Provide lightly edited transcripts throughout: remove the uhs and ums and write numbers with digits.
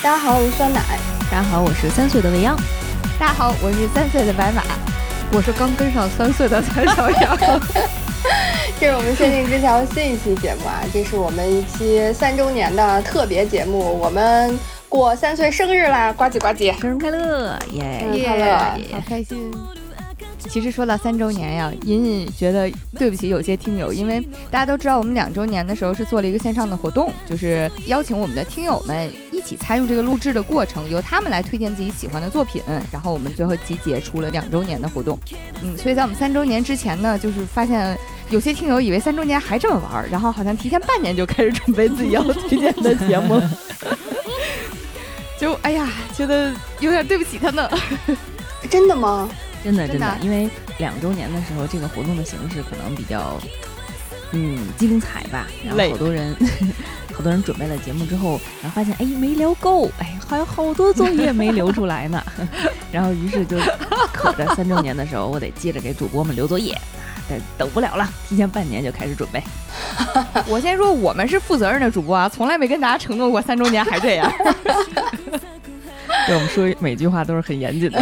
大家好，我是酸奶。 大家好，我是3岁的未央。 大家好，我是3岁的白马。 我是刚跟上3岁的蔡小阳。 这是我们限定之桥新一期节目啊，这是我们一期3周年的特别节目，我们过3岁生日啦，呱唧呱唧， 生日快乐，耶！ 生日快乐， 好开心。其实说到3周年呀，隐隐觉得对不起有些听友，因为大家都知道我们2周年的时候是做了一个线上的活动，就是邀请我们的听友们一起参与这个录制的过程，由他们来推荐自己喜欢的作品，然后我们最后集结出了2周年的活动。所以在我们3周年之前呢，就是发现有些听友以为3周年还这么玩，然后好像提前半年就开始准备自己要推荐的节目了。就哎呀，觉得有点对不起他们。 真的吗？ 真的，因为2周年的时候，这个活动的形式可能比较精彩吧。然后好多人准备了节目之后，然后发现没聊够，还有好多作业没留出来呢。然后于是就可着3周年的时候，我得接着给主播们留作业，但等不了了，提前半年就开始准备。 我先说，我们是负责任的主播啊，从来没跟大家承诺过3周年还这样。 对，我们说每句话都是很严谨的。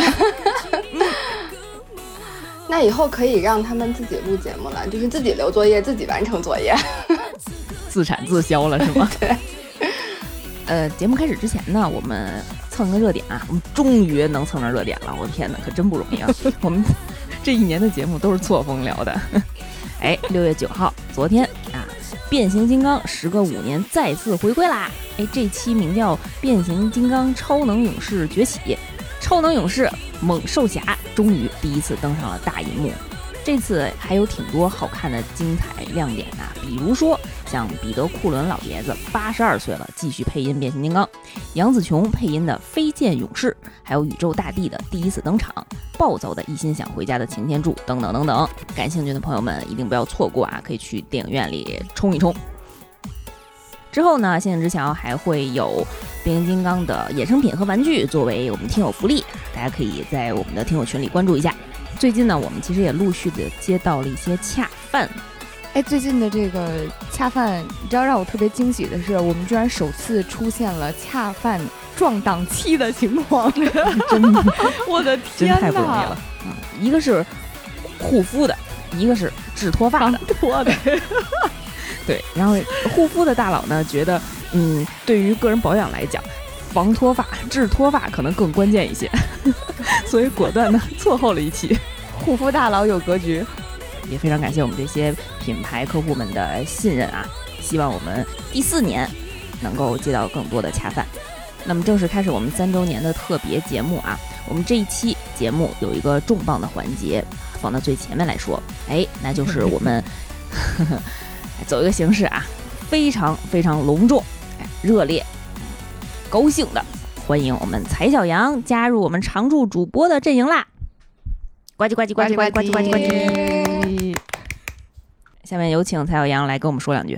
那以后可以让他们自己录节目了，就是自己留作业，自己完成作业， 自产自销了是吗？ 对。 节目开始之前呢，我们蹭个热点啊，我们终于能蹭上热点了，我的天哪，可真不容易啊！我们这1年的节目都是错峰聊的。6月9号，昨天啊，变形金刚时隔5年再次回归啦！这期名叫《变形金刚超能勇士崛起》，超能勇士猛兽侠终于第一次登上了大银幕。这次还有挺多好看的精彩亮点啊，比如说像彼得·库伦老爷子82岁了，继续配音变形金刚；杨紫琼配音的飞剑勇士，还有宇宙大帝的第一次登场，暴躁的一心想回家的擎天柱等等等等。感兴趣的朋友们一定不要错过啊，可以去电影院里冲一冲。之后呢，限定之桥还会有变形金刚的衍生品和玩具作为我们听友福利，大家可以在我们的听友群里关注一下。最近呢，我们其实也陆续的接到了一些恰饭。 最近的这个恰饭，你知道让我特别惊喜的是，我们居然首次出现了恰饭撞档期的情况。 真我的天哪， 真太不容易了。一个是护肤的，一个是治脱发的。对，然后护肤的大佬呢觉得，对于个人保养来讲，防脱发、治脱发可能更关键一些，所以果断的错后了一期。 护肤大佬有格局， 也非常感谢我们这些品牌客户们的信任啊！希望我们第4年能够接到更多的恰饭。那么正式开始我们3周年的特别节目啊！我们这一期节目有一个重磅的环节，放到最前面来说，那就是我们走一个形式啊，非常非常隆重、热烈、高兴的欢迎我们蔡小阳加入我们常驻主播的阵营啦！呱唧呱唧呱唧呱唧呱唧呱唧呱唧。下面有请蔡小阳来跟我们说2句。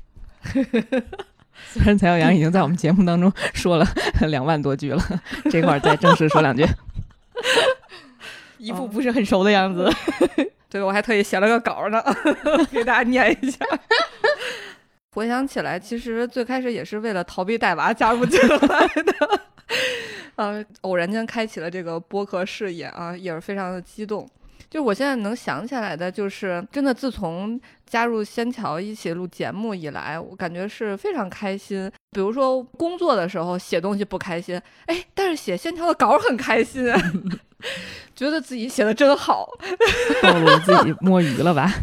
虽然蔡小阳已经在我们节目当中说了2万多句了，这块再正式说2句。 一副不是很熟的样子。 对，我还特意写了个稿呢，给大家念一下。回想起来，其实最开始也是为了逃避带娃加入进来的。偶然间开启了这个播客视野啊，也是非常的激动。就是我现在能想起来的，就是真的自从加入仙桥一起录节目以来，我感觉是非常开心。比如说工作的时候写东西不开心，但是写仙桥的稿很开心，觉得自己写的真好。 暴露了自己摸鱼了吧？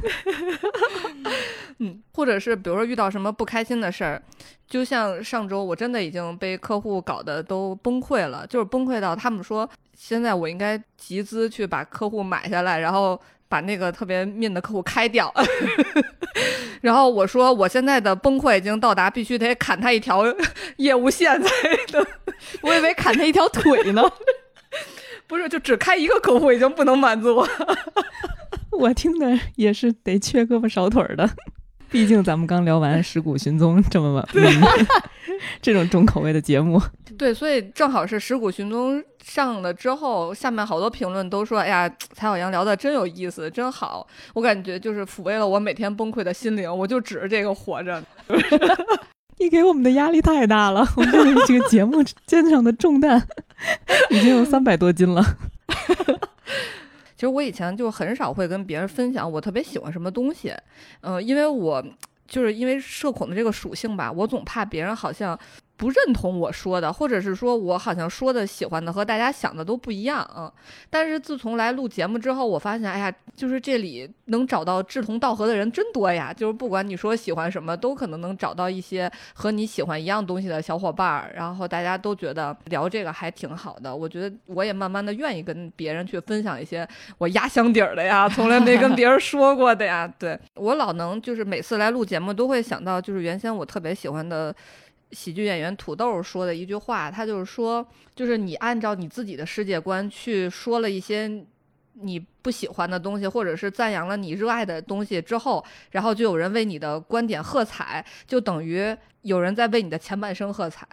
或者是比如说遇到什么不开心的事儿，就像上周我真的已经被客户搞得都崩溃了，就是崩溃到他们说现在我应该集资去把客户买下来，然后把那个特别命的客户开掉。然后我说我现在的崩溃已经到达必须得砍他一条业务线才的。 我以为砍他一条腿呢。 不是，就只开一个客户已经不能满足我。 我听的也是得缺胳膊少腿的，毕竟咱们刚聊完《尸骨寻踪》这么这种重口味的节目。 对，所以正好是《尸骨寻踪》上了之后，下面好多评论都说：“哎呀，蔡小阳聊的真有意思，真好。”我感觉就是抚慰了我每天崩溃的心灵，我就指着这个活着。 你给我们的压力太大了，我们这个节目肩上的重担已经有300多斤了。 其实我以前就很少会跟别人分享我特别喜欢什么东西，因为我就是因为社恐的这个属性吧，我总怕别人好像不认同我说的，或者是说我好像说的喜欢的和大家想的都不一样。但是自从来录节目之后，我发现哎呀，就是这里能找到志同道合的人真多呀，就是不管你说喜欢什么，都可能能找到一些和你喜欢一样东西的小伙伴，然后大家都觉得聊这个还挺好的。我觉得我也慢慢的愿意跟别人去分享一些我压箱底儿的呀，从来没跟别人说过的呀。对，我老能就是每次来录节目都会想到，就是原先我特别喜欢的喜剧演员土豆说的一句话，他就是说，就是你按照你自己的世界观去说了一些你不喜欢的东西，或者是赞扬了你热爱的东西之后，然后就有人为你的观点喝彩，就等于有人在为你的前半生喝彩。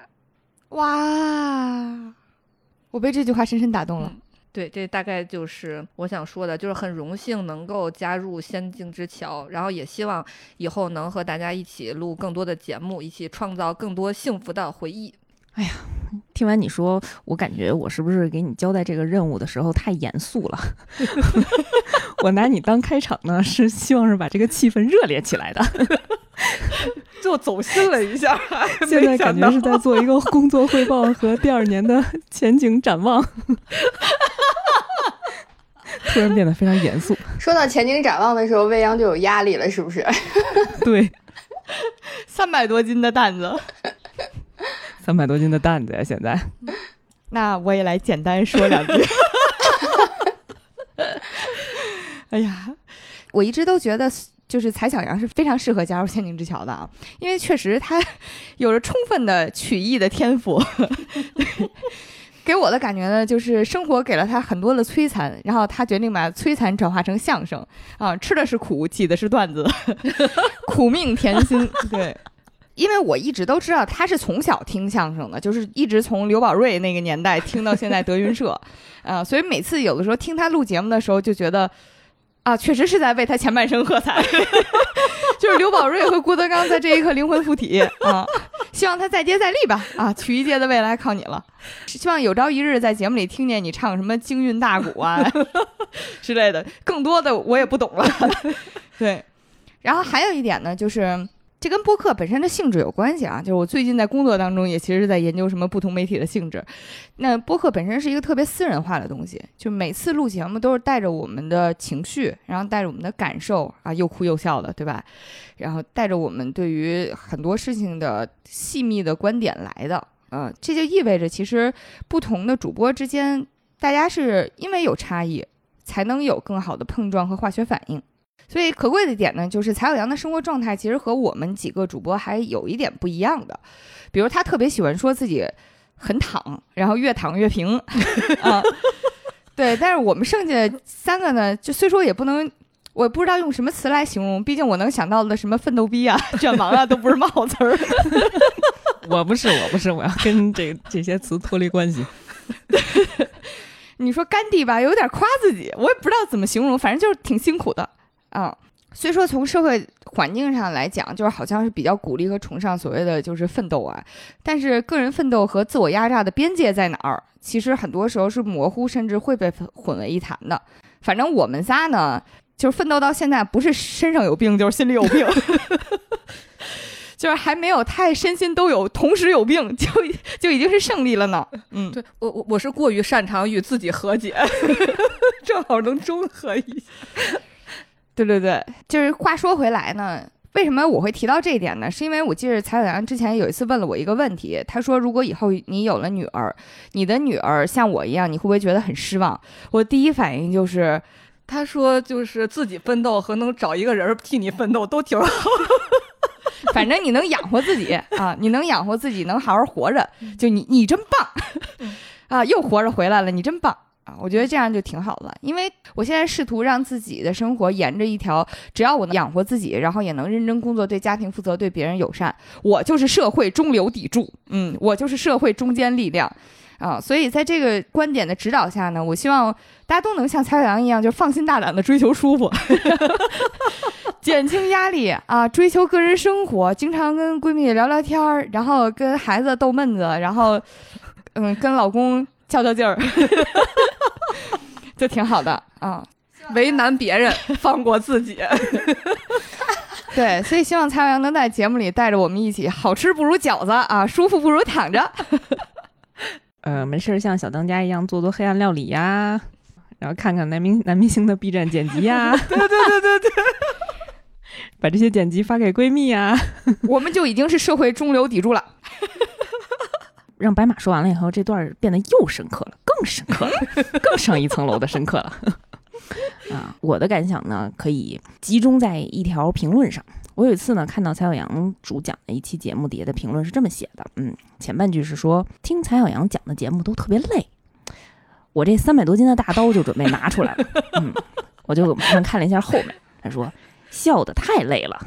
哇，我被这句话深深打动了。 对，这大概就是我想说的，就是很荣幸能够加入仙境之桥，然后也希望以后能和大家一起录更多的节目，一起创造更多幸福的回忆。 哎呀，听完你说，我感觉我是不是给你交代这个任务的时候太严肃了？我拿你当开场呢，是希望是把这个气氛热烈起来的。 就走心了一下， 现在感觉是在做一个工作汇报和第2年的前景展望。突然变得非常严肃。 说到前景展望的时候，未央就有压力了，是不是？ 对 ，300多斤的担子 ，300多斤的担子呀！现在， 那我也来简单说2句。哎呀，我一直都觉得就是蔡小阳是非常适合加入仙境之桥的啊，因为确实他有着充分的曲艺的天赋。给我的感觉呢，就是生活给了他很多的摧残，然后他决定把摧残转化成相声啊，吃的是苦，记的是段子，苦命甜心。对，因为我一直都知道他是从小听相声的，就是一直从刘宝瑞那个年代听到现在德云社，所以每次有的时候听他录节目的时候，就觉得啊，确实是在为他前半生喝彩。就是刘宝瑞和郭德纲在这一刻灵魂附体啊！希望他再接再厉吧啊！曲艺界的未来靠你了，希望有朝一日在节目里听见你唱什么京韵大鼓啊之类的，更多的我也不懂了。对，然后还有一点呢，就是这跟播客本身的性质有关系啊，就是我最近在工作当中也其实是在研究什么不同媒体的性质。那播客本身是一个特别私人化的东西，就每次录节目都是带着我们的情绪，然后带着我们的感受啊，又哭又笑的，对吧？然后带着我们对于很多事情的细密的观点来的。这就意味着其实不同的主播之间，大家是因为有差异，才能有更好的碰撞和化学反应。所以可贵的点呢，就是蔡小阳的生活状态其实和我们几个主播还有一点不一样的，比如他特别喜欢说自己很躺，然后越躺越平啊，对。但是我们剩下3个呢，就虽说也不能，我也不知道用什么词来形容，毕竟我能想到的什么奋斗逼啊、卷王啊，都不是冒词儿。 我不是，我要跟这些词脱离关系。 你说甘地吧，有点夸自己，我也不知道怎么形容，反正就是挺辛苦的。虽说从社会环境上来讲，就是好像是比较鼓励和崇尚所谓的就是奋斗啊，但是个人奋斗和自我压榨的边界在哪儿？其实很多时候是模糊，甚至会被混为一谈的。反正我们仨呢，就是奋斗到现在，不是身上有病，就是心里有病。就是还没有太身心都有，同时有病，就已经是胜利了呢。 对，我是过于擅长与自己和解，正好能中和一下。 对，就是话说回来呢，为什么我会提到这一点呢？是因为我记得蔡小阳之前有一次问了我一个问题，他说如果以后你有了女儿，你的女儿像我一样，你会不会觉得很失望？我第一反应就是， 他说就是自己奋斗和能找一个人替你奋斗都挺好。 反正你能养活自己啊，你能养活自己，能好好活着，就你真棒啊！又活着回来了，你真棒啊！我觉得这样就挺好了，因为我现在试图让自己的生活沿着一条，只要我能养活自己，然后也能认真工作，对家庭负责，对别人友善，我就是社会中流砥柱，我就是社会中坚力量啊！所以在这个观点的指导下呢，我希望大家都能像蔡小阳一样，就放心大胆的追求舒服。 减轻压力啊，追求个人生活，经常跟闺蜜聊聊天儿，然后跟孩子逗闷子，然后跟老公较较劲儿，就挺好的啊。 为难别人，放过自己。 对，所以希望蔡阳能在节目里带着我们一起好吃不如饺子啊，舒服不如躺着。 没事像小当家一样做做黑暗料理呀，然后看看男明星的 B 站剪辑呀。 对， 把这些剪辑发给闺蜜呀。 我们就已经是社会中流砥柱了。 让白马说完了以后，这段变得又深刻了，更深刻了，更上一层楼的深刻了。我的感想呢，可以集中在一条评论上。我有一次呢，看到蔡小阳主讲的一期节目底下的评论是这么写的，前半句是说听蔡小阳讲的节目都特别累，我这300多斤的大刀就准备拿出来了。我就马上看了一下后面，他说笑得太累了。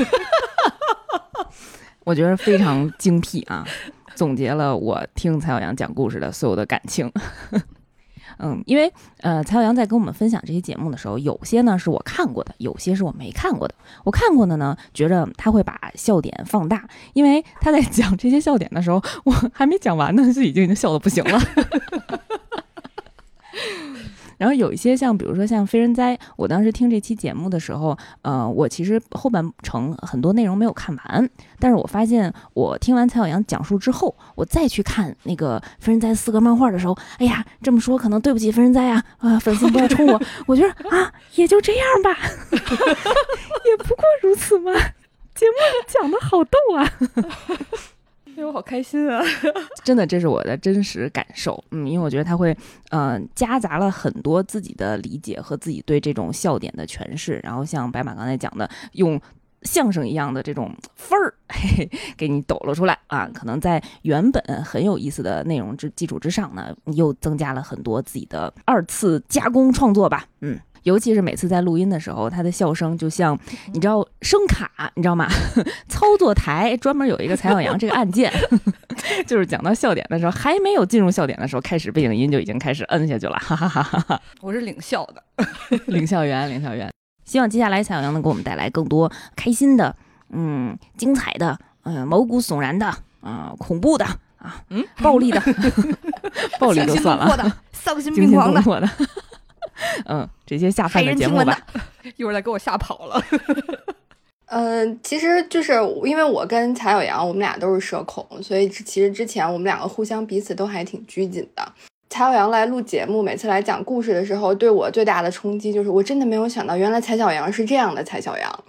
我觉得非常精辟啊，总结了我听蔡小阳讲故事的所有的感情。因为蔡小阳在跟我们分享这些节目的时候，有些呢是我看过的，有些是我没看过的。我看过的呢，觉着他会把笑点放大，因为他在讲这些笑点的时候，我还没讲完呢，就已经笑得不行了。然后有一些像比如说像非人哉，我当时听这期节目的时候，我其实后半程很多内容没有看完，但是我发现我听完蔡小阳讲述之后，我再去看那个非人哉4格漫画的时候，哎呀，这么说可能对不起非人哉啊，粉丝不要冲我。我觉得啊，也就这样吧，也不过如此嘛。节目里讲的好逗啊。 我好开心啊！ 真的，这是我的真实感受。因为我觉得他会，夹杂了很多自己的理解和自己对这种笑点的诠释，然后像白马刚才讲的，用相声一样的这种分儿，给你抖了出来啊。可能在原本很有意思的内容基础之上呢，又增加了很多自己的2次加工创作吧。尤其是每次在录音的时候，他的笑声就像你知道声卡，你知道吗？操作台专门有一个蔡小阳这个按键，就是讲到笑点的时候，还没有进入笑点的时候，开始背景音就已经开始摁下去了，哈哈哈哈！ 我是领笑的， 领笑员。希望接下来蔡小阳能给我们带来更多开心的、精彩的、毛骨悚然的、恐怖的啊，暴力的，暴力就算了， 丧心病狂的。 这些下饭的节目吧， 一会儿再给我吓跑了。 其实就是因为我跟蔡小阳，我们俩都是社恐，所以其实之前我们两个互相彼此都还挺拘谨的。蔡小阳来录节目，每次来讲故事的时候，对我最大的冲击就是我真的没有想到，原来蔡小阳是这样的蔡小阳，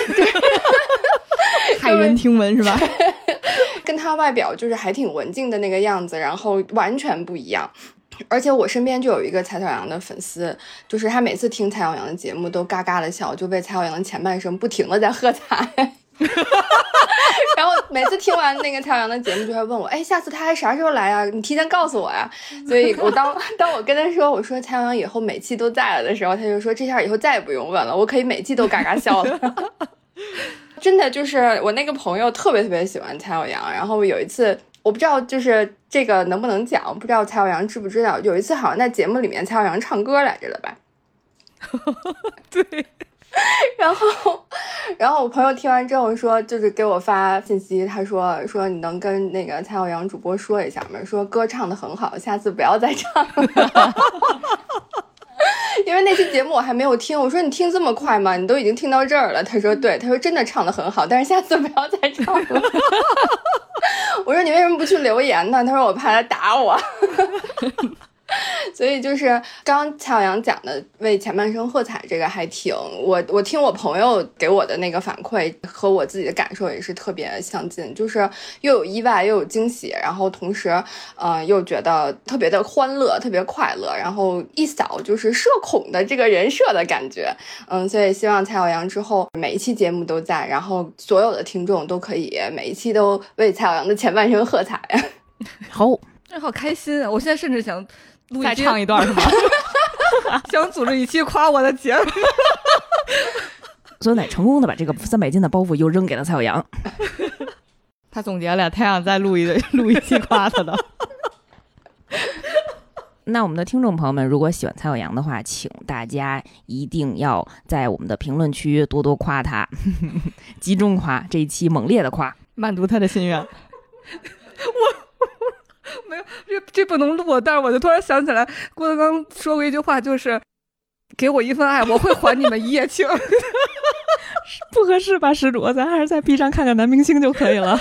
骇人听闻是吧？ 跟他外表就是还挺文静的那个样子，然后完全不一样。而且我身边就有一个蔡小阳的粉丝，就是他每次听蔡小阳的节目都嘎嘎的笑，就为蔡小阳的前半生不停的在喝彩。然后每次听完那个蔡小阳的节目就会问我，下次他还啥时候来啊？你提前告诉我呀。所以我当我跟他说我说蔡小阳以后每期都在了的时候，他就说这下以后再也不用问了，我可以每期都嘎嘎笑了。真的就是我那个朋友特别特别喜欢蔡小阳，然后有一次我不知道就是这个能不能讲，不知道蔡小阳知不知道，有一次好像在节目里面蔡小阳唱歌来着了吧。 对。 然后我朋友听完之后说，就是给我发信息，他说你能跟那个蔡小阳主播说一下吗？说歌唱得很好，下次不要再唱了。因为那期节目我还没有听，我说你听这么快吗？你都已经听到这儿了。他说对，他说真的唱得很好，但是下次不要再唱了。我说你为什么不去留言呢？他说我怕他打我。所以就是刚刚蔡小阳讲的为前半生喝彩这个还挺，我听我朋友给我的那个反馈和我自己的感受也是特别相近，就是又有意外又有惊喜，然后同时又觉得特别的欢乐特别快乐，然后一扫就是社恐的这个人设的感觉。所以希望蔡小阳之后每一期节目都在，然后所有的听众都可以每一期都为蔡小阳的前半生喝彩。 好， 真好开心啊！我现在甚至想再唱一段是吗？ 想组织一期夸我的节目。 所以乃成功的把这个300斤的包袱又扔给了蔡小阳。 他总结了，他想再录一期夸他的。 那我们的听众朋友们，如果喜欢蔡小阳的话，请大家一定要在我们的评论区多多夸他，集中夸，这一期猛烈的夸， 满足他的心愿。 没有，这不能录，但是我就突然想起来，郭德纲说过一句话，就是给我一份爱，我会还你们一夜情。 不合适吧，施主，咱还是在 B 站看看男明星就可以了。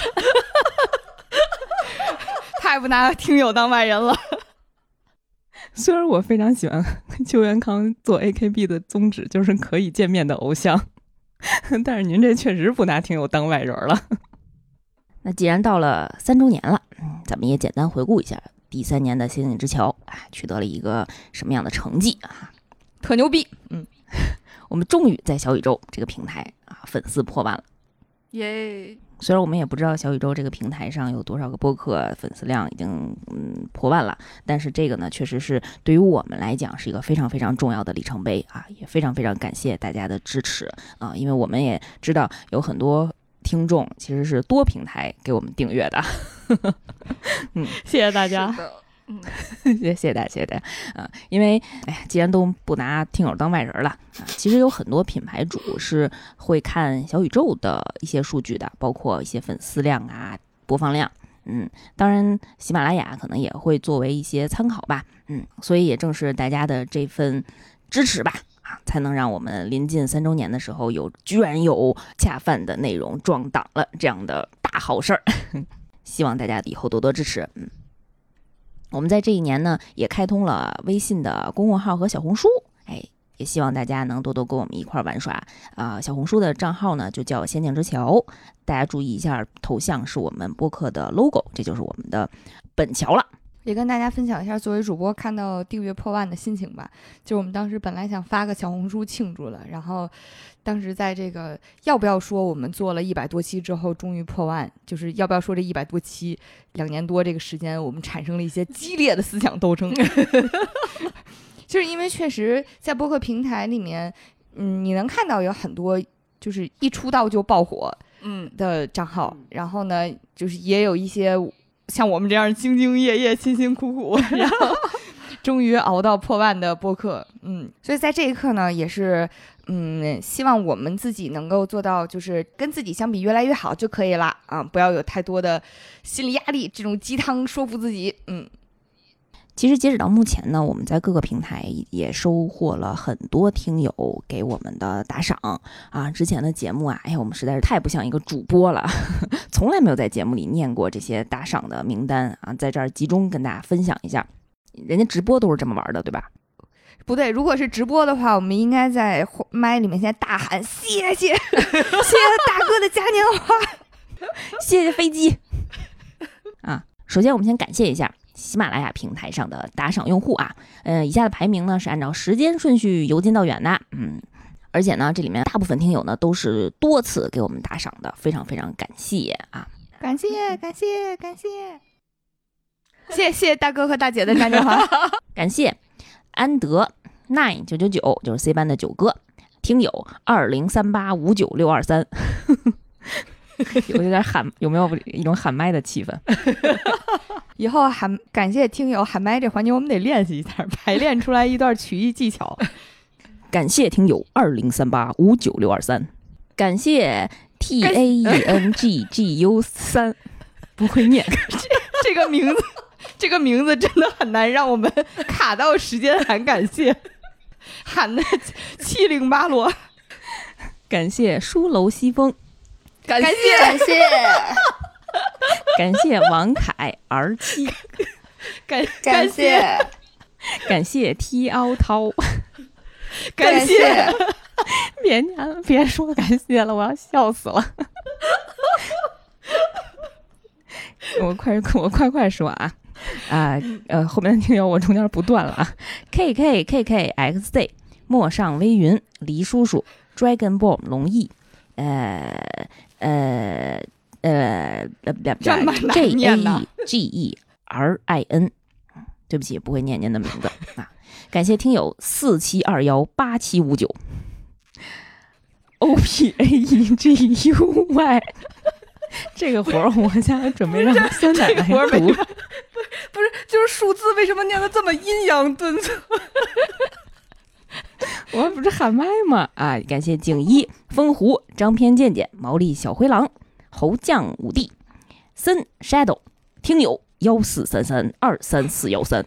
太不拿听友当外人了。 虽然我非常喜欢邱元康做 AKB 的宗旨就是可以见面的偶像，但是您这确实不拿听友当外人了。那既然到了3周年了，咱们也简单回顾一下第3年的《仙境之桥》取得了一个什么样的成绩啊？ 特牛逼！ 我们终于在小宇宙这个平台粉丝破万了， 耶！ 虽然我们也不知道小宇宙这个平台上有多少个播客粉丝量已经破万了，但是这个呢，确实是对于我们来讲是一个非常非常重要的里程碑啊！也非常非常感谢大家的支持啊！因为我们也知道有很多听众其实是多平台给我们订阅的， 谢谢大家。 谢谢大家，谢谢大家啊！因为既然都不拿听友当外人了啊，其实有很多品牌主是会看小宇宙的一些数据的，包括一些粉丝量啊、播放量。当然喜马拉雅可能也会作为一些参考吧。所以也正是大家的这份支持吧啊，才能让我们临近3周年的时候居然有恰饭的内容撞档了这样的大好事儿。希望大家以后多多支持。我们在这一年呢，也开通了微信的公众号和小红书，也希望大家能多多跟我们一块玩耍小红书的账号呢就叫仙境之桥，大家注意一下，头像是我们播客的 logo， 这就是我们的本桥了。 也跟大家分享一下作为主播看到订阅破万的心情吧。就我们当时本来想发个小红书庆祝了，然后当时在这个要不要说我们做了100多期之后终于破万，就是要不要说这100多期2年多这个时间，我们产生了一些激烈的思想斗争。就是因为确实在播客平台里面，你能看到有很多就是一出道就爆火的账号，然后呢就是也有一些像我们这样兢兢业业辛辛苦苦然后终于熬到破万的播客。所以在这一刻呢也是希望我们自己能够做到就是跟自己相比越来越好就可以了啊，不要有太多的心理压力，这种鸡汤说服自己。 其实截止到目前呢，我们在各个平台也收获了很多听友给我们的打赏啊。之前的节目我们实在是太不像一个主播了，从来没有在节目里念过这些打赏的名单啊，在这儿集中跟大家分享一下。人家直播都是这么玩的，对吧？ 不对，如果是直播的话，我们应该在麦里面现在大喊谢谢谢谢大哥的嘉年华， 谢谢飞机啊！首先我们先感谢一下喜马拉雅平台上的打赏用户以下的排名呢是按照时间顺序由近到远的，而且呢这里面大部分听友呢都是多次给我们打赏的，非常非常感谢啊！ 感谢感谢感谢，谢谢大哥和大姐的嘉年华， 感谢安德999就是 C 班的9哥，听友2038596223。有点喊，有没有一种喊麦的气氛？ 以后感谢听友喊麦这环节我们得练习一下，排练出来一段曲艺技巧。 感谢听友2038596223，感谢 TAENGGU3，不会念这个名字，这个名字真的很难让我们卡到时间喊感谢，喊的七零八落。 感谢书楼西风。 感谢感谢王凯R7， 感谢感谢 T 凹涛， 感谢别念了，别说感谢了，我要笑死了。我快说后面的听友我中间不断了KKXZ 陌上微云黎叔叔 Dragon Ball 龙毅JAEGERIN， 对不起，不会念您的名字啊！感谢听友47218759 OPAEGUY， 这个活儿我现在准备让酸奶来读。 不是，就是说数字为什么念得这么阴阳顿挫？ 我不是喊麦吗？啊，感谢景一、风狐、张偏健健、毛利小灰狼、侯将五弟、森 Shadow、听友143323413、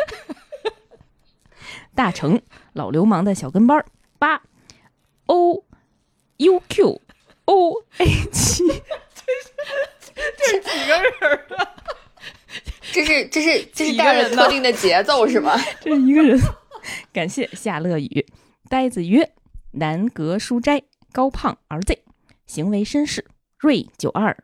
大成、老流氓的小跟班8 O U Q O A 7， 这几个人啊？ 这是带着特定的节奏是吗？ 这是一个人。感谢夏乐语、呆子约、南阁书斋、高胖 RZ、行为绅士、瑞92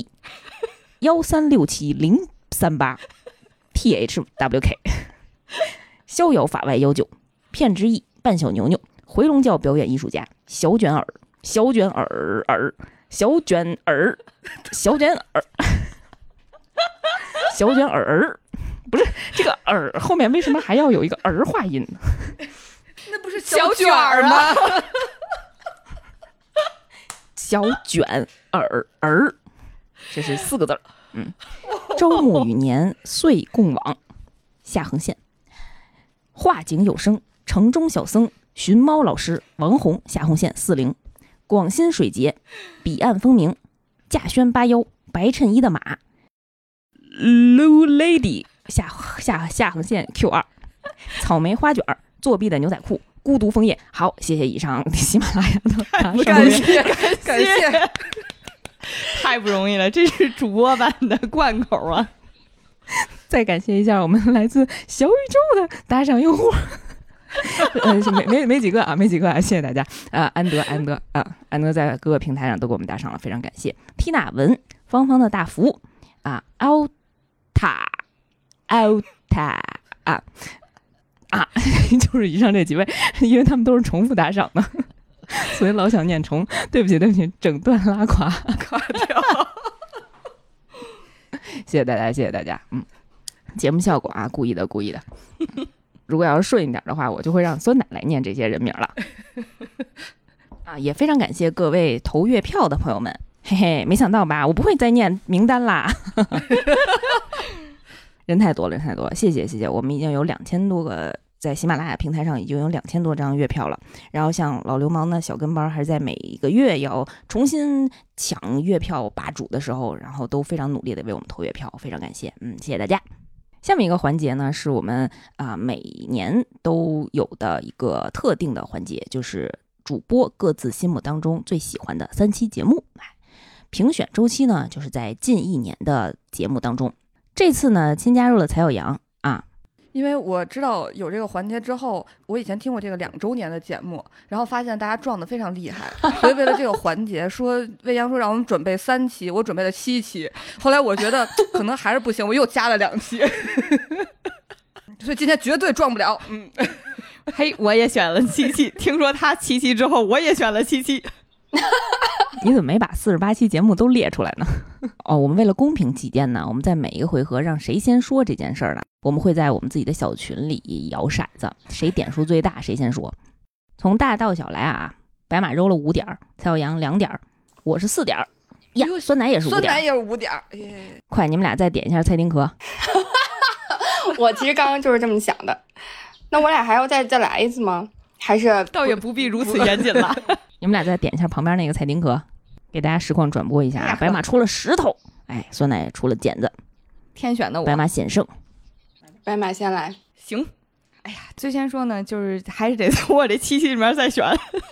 NE、1367038、THWK、逍遥法外19、片之意、半小牛牛、回笼觉表演艺术家、小卷耳、小卷耳耳、小卷耳、小卷耳、小卷耳耳。不是这个耳后面为什么还要有一个儿化音呢？ 那不是小卷儿吗？ 小卷耳儿，这是4个字。朝暮与年岁共往，下横线。画景有声，城中小僧寻猫老师王红下横线40。广新水节，彼岸风鸣，稼轩81白衬衣的马 Lou Lady下横线 Q2， 草莓花卷作弊的牛仔裤，孤独枫叶。好，谢谢以上喜马拉雅的感谢， 太不容易了，这是主播版的贯口啊！再感谢一下我们来自小宇宙的打赏用户，没几个啊，谢谢大家啊！安德在各个平台上都给我们打赏了，非常感谢。缇娜文、芳芳的大福啊，奥塔就是以上这几位，因为他们都是重复打赏的，所以老想念重，对不起，整段拉垮掉。 谢谢大家，节目效果啊，故意的。如果要是顺一点的话，我就会让酸奶来念这些人名了。啊，也非常感谢各位投月票的朋友们，嘿嘿，没想到吧，我不会再念名单啦。人太多了，谢谢，我们已经有2000多个，在喜马拉雅平台上已经有2000多张月票了。然后像老流氓的小跟班还是在每一个月要重新抢月票霸主的时候，然后都非常努力的为我们投月票，非常感谢，谢谢大家。下面一个环节呢，是我们每年都有的一个特定的环节，就是主播各自心目当中最喜欢的3期节目。评选周期呢，就是在近1年的节目当中。这次呢，新加入了蔡耀阳啊， 因为我知道有这个环节之后，我以前听过这个2周年的节目，然后发现大家撞得非常厉害，所以为了这个环节，魏阳说让我们准备3期，我准备了7期，后来我觉得可能还是不行，我又加了2期，所以今天绝对撞不了。 嘿，我也选了7期，听说他7期之后，我也选了7期。 你怎么没把48期节目都列出来呢？我们为了公平起见呢，我们在每一个回合让谁先说这件事儿呢？我们会在我们自己的小群里摇骰子，谁点数最大谁先说。从大到小来啊，白马揉了5点，蔡耀阳2点，我是4点呀，酸奶也是5点， 酸奶也是5点。 快，你们俩再点一下蔡丁壳。 我其实刚刚就是这么想的。那我俩还要再来一次吗？还是倒也不必如此严谨了。 你们俩再点一下旁边那个蔡丁壳，给大家实况转播一下啊！白马出了石头，酸奶出了剪子， 天选的我， 白马险胜。 白马先来， 行。哎呀，最先说呢，就是还是得从我这7期里面再选。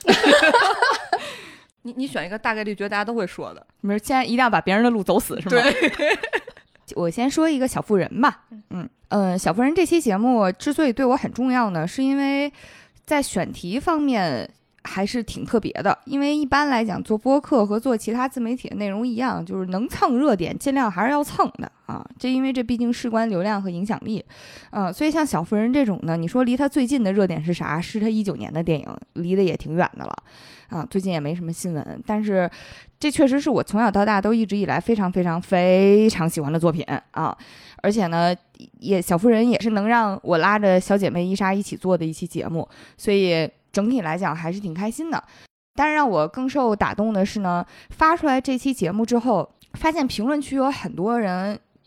你选一个大概率觉得大家都会说的， 你们现在一定要把别人的路走死是吗？ 对。 我先说一个小妇人吧。小妇人这期节目之所以对我很重要呢，是因为在选题方面还是挺特别的，因为一般来讲做播客和做其他自媒体的内容一样，就是能蹭热点尽量还是要蹭的啊。因为这毕竟事关流量和影响力，所以像小妇人这种呢，你说离他最近的热点是啥？是他19年的电影，离得也挺远的了啊。最近也没什么新闻，但是这确实是我从小到大都一直以来非常非常非常喜欢的作品啊。而且呢，小妇人也是能让我拉着小姐妹伊莎一起做的一期节目，所以整体来讲还是挺开心的。但是让我更受打动的是呢，发出来这期节目之后，发现评论区有很多人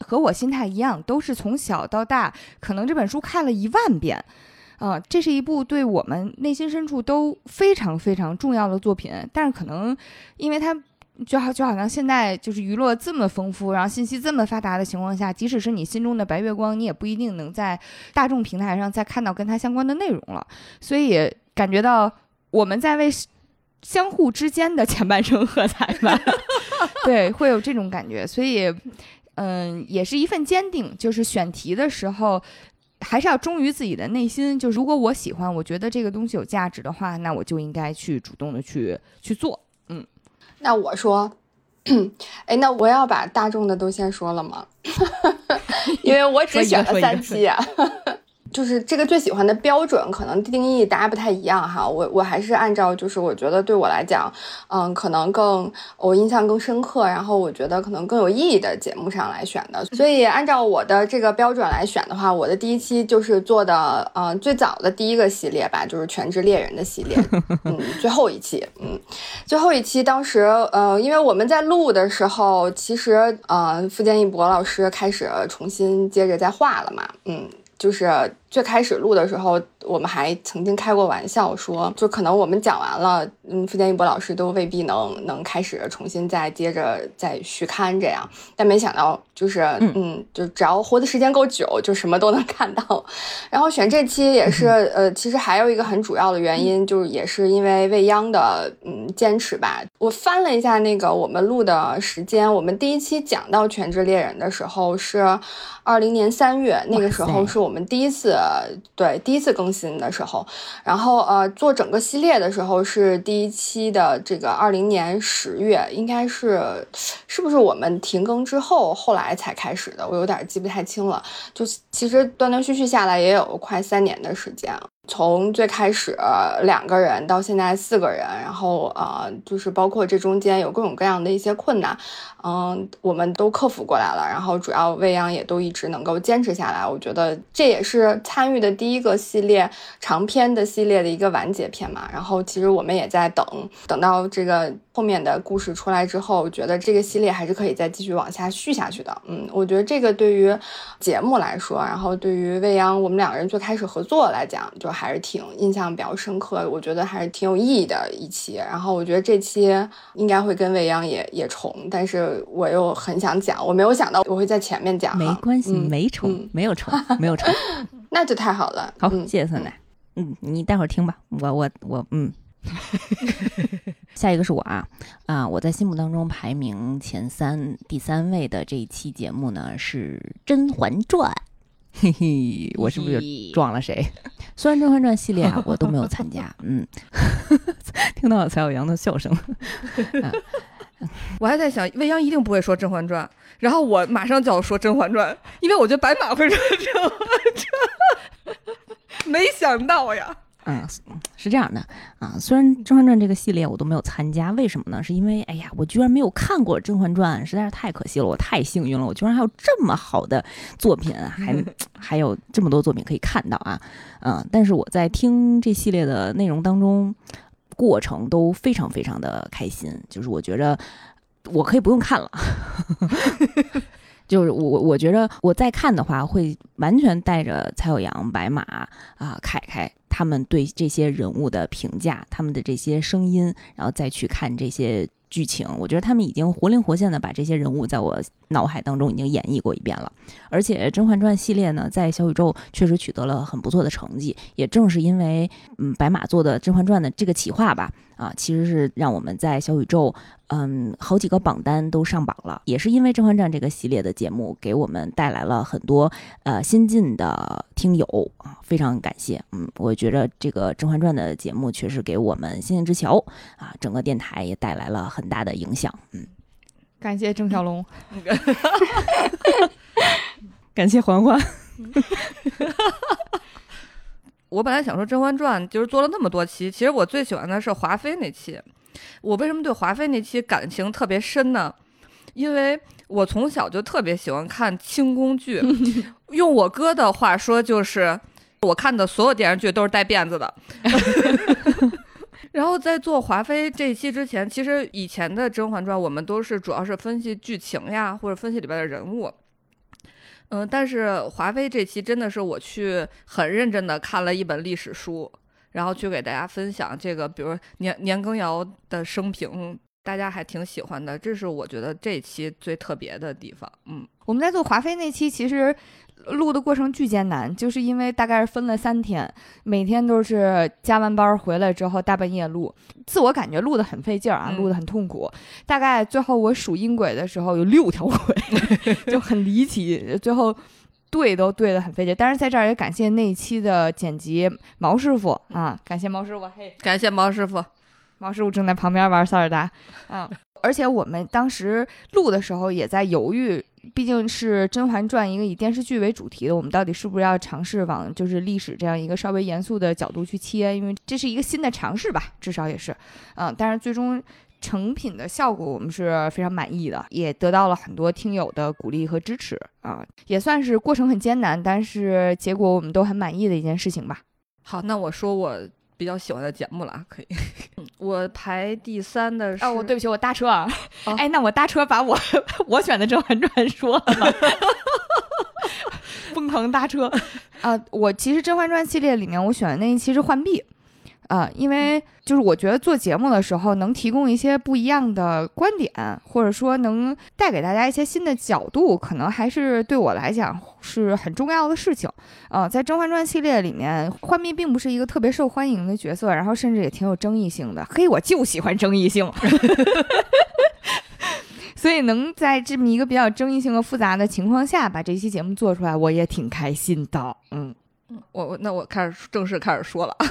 和我心态一样，都是从小到大可能这本书看了10000遍。这是一部对我们内心深处都非常非常重要的作品，但是可能因为它就好像现在就是娱乐这么丰富，然后信息这么发达的情况下，即使是你心中的白月光，你也不一定能在大众平台上再看到跟它相关的内容了。所以感觉到我们在为相互之间的前半生喝彩吧。对，会有这种感觉。所以也是一份坚定，就是选题的时候还是要忠于自己的内心，就是如果我喜欢，我觉得这个东西有价值的话，那我就应该去主动的去做。 那我说，那我要把大众的都先说了吗？因为我只选了3期啊。就是这个最喜欢的标准可能定义大家不太一样哈，我还是按照就是我觉得对我来讲，可能我印象更深刻，然后我觉得可能更有意义的节目上来选的。所以按照我的这个标准来选的话，我的第1期就是做的最早的第1个系列吧，就是全职猎人的系列。最后一期，最后一期当时因为我们在录的时候，其实傅建一博老师开始重新接着在画了嘛，就是最开始录的时候，我们还曾经开过玩笑说，就可能我们讲完了，傅建一博老师都未必能开始重新接着再续刊这样，但没想到就是就只要活的时间够久，就什么都能看到。然后选这期也是其实还有一个很主要的原因，就是也是因为未央的坚持吧。我翻了一下那个我们录的时间，我们第1期讲到全职猎人的时候是2020年3月，那个时候是我们第一次更新的时候，然后做整个系列的时候是第1期的这个2020年10月，应该是不是我们停更之后来才开始的，我有点记不太清了。就其实断断续续下来也有快3年的时间，从最开始2个人到现在4个人，然后就是包括这中间有各种各样的一些困难，我们都克服过来了，然后主要未央也都一直能够坚持下来。我觉得这也是参与的第1个系列长篇的系列的一个完结篇嘛。然后其实我们也在等到这个后面的故事出来之后，觉得这个系列还是可以再继续往下续下去的。我觉得这个对于节目来说，然后对于未央我们2个人最开始合作来讲，就还是挺印象比较深刻，我觉得还是挺有意义的一期。然后我觉得这期应该会跟未央也重，但是我又很想讲，我没有想到我会在前面讲。 没关系，没重，没有重，没有重。 那就太好了。 好，谢谢酸奶。你待会儿听吧，我下一个是我我在心目当中排名第3位的这一期节目呢是《甄嬛传》。嘿嘿，我是不是撞了谁？虽然《甄嬛传》系列我都没有参加，听到了蔡小阳的笑声。 我还在想，未央一定不会说《甄嬛传》，然后我马上就要说《甄嬛传》，因为我觉得白马会说《甄嬛传》，没想到呀。 是这样的虽然《甄嬛传》这个系列我都没有参加，为什么呢？是因为我居然没有看过《甄嬛传》，实在是太可惜了，我太幸运了，我居然还有这么好的作品，还有这么多作品可以看到但是我在听这系列的内容当中，过程都非常非常的开心，就是我觉得我可以不用看了。就是我觉得我再看的话，会完全带着蔡小阳、白马凯凯他们对这些人物的评价，他们的这些声音，然后再去看这些剧情，我觉得他们已经活灵活现的把这些人物在我脑海当中已经演绎过一遍了。而且《甄嬛传》系列呢，在小宇宙确实取得了很不错的成绩，也正是因为白马做的《甄嬛传》的这个企划吧，其实是让我们在小宇宙好几个榜单都上榜了，也是因为《甄嬛传》这个系列的节目给我们带来了很多新进的听友非常感谢。我觉得这个《甄嬛传》的节目确实给我们星星之桥整个电台也带来了很大的影响。 感谢郑小龙。 感谢环环。 我本来想说《甄嬛传》就是做了那么多期，其实我最喜欢的是华妃那期。我为什么对华妃那期感情特别深呢？因为我从小就特别喜欢看清宫剧，用我哥的话说就是我看的所有电视剧都是带辫子的。然后在做华妃这一期之前，其实以前的《甄嬛传》我们都是主要是分析剧情呀，或者分析里边的人物。 但是华妃这期真的是我去很认真的看了一本历史书，然后去给大家分享这个，比如年羹尧的生平，大家还挺喜欢的，这是我觉得这期最特别的地方。 我们在做华妃那期，其实录的过程巨艰难，就是因为大概是分了3天，每天都是加完班回来之后大半夜录，自我感觉录得很费劲儿啊，录得很痛苦。大概最后我数音轨的时候有6条轨，就很离奇，最后对都对得很费劲。但是在这儿也感谢那一期的剪辑毛师傅啊，感谢毛师傅，嘿， 感谢毛师傅。 毛师傅正在旁边玩塞尔达，而且我们当时录的时候也在犹豫，毕竟是《甄嬛传》一个以电视剧为主题的，我们到底是不是要尝试往就是历史这样一个稍微严肃的角度去切，因为这是一个新的尝试吧，至少也是，但是最终成品的效果我们是非常满意的，也得到了很多听友的鼓励和支持啊，也算是过程很艰难，但是结果我们都很满意的一件事情吧。 好，那我说我比较喜欢的节目了，可以。我排第3的是我对不起，我搭车啊。哎，那我搭车把我选的《甄嬛传》说了吧。疯狂搭车我其实《甄嬛传》系列里面我选的那一期是浣碧因为就是我觉得做节目的时候能提供一些不一样的观点，或者说能带给大家一些新的角度，可能还是对我来讲是很重要的事情在《甄嬛传》系列里面，浣碧并不是一个特别受欢迎的角色，然后甚至也挺有争议性的。嘿，我就喜欢争议性。所以能在这么一个比较争议性和复杂的情况下把这期节目做出来，我也挺开心的。 那我正式开始说了。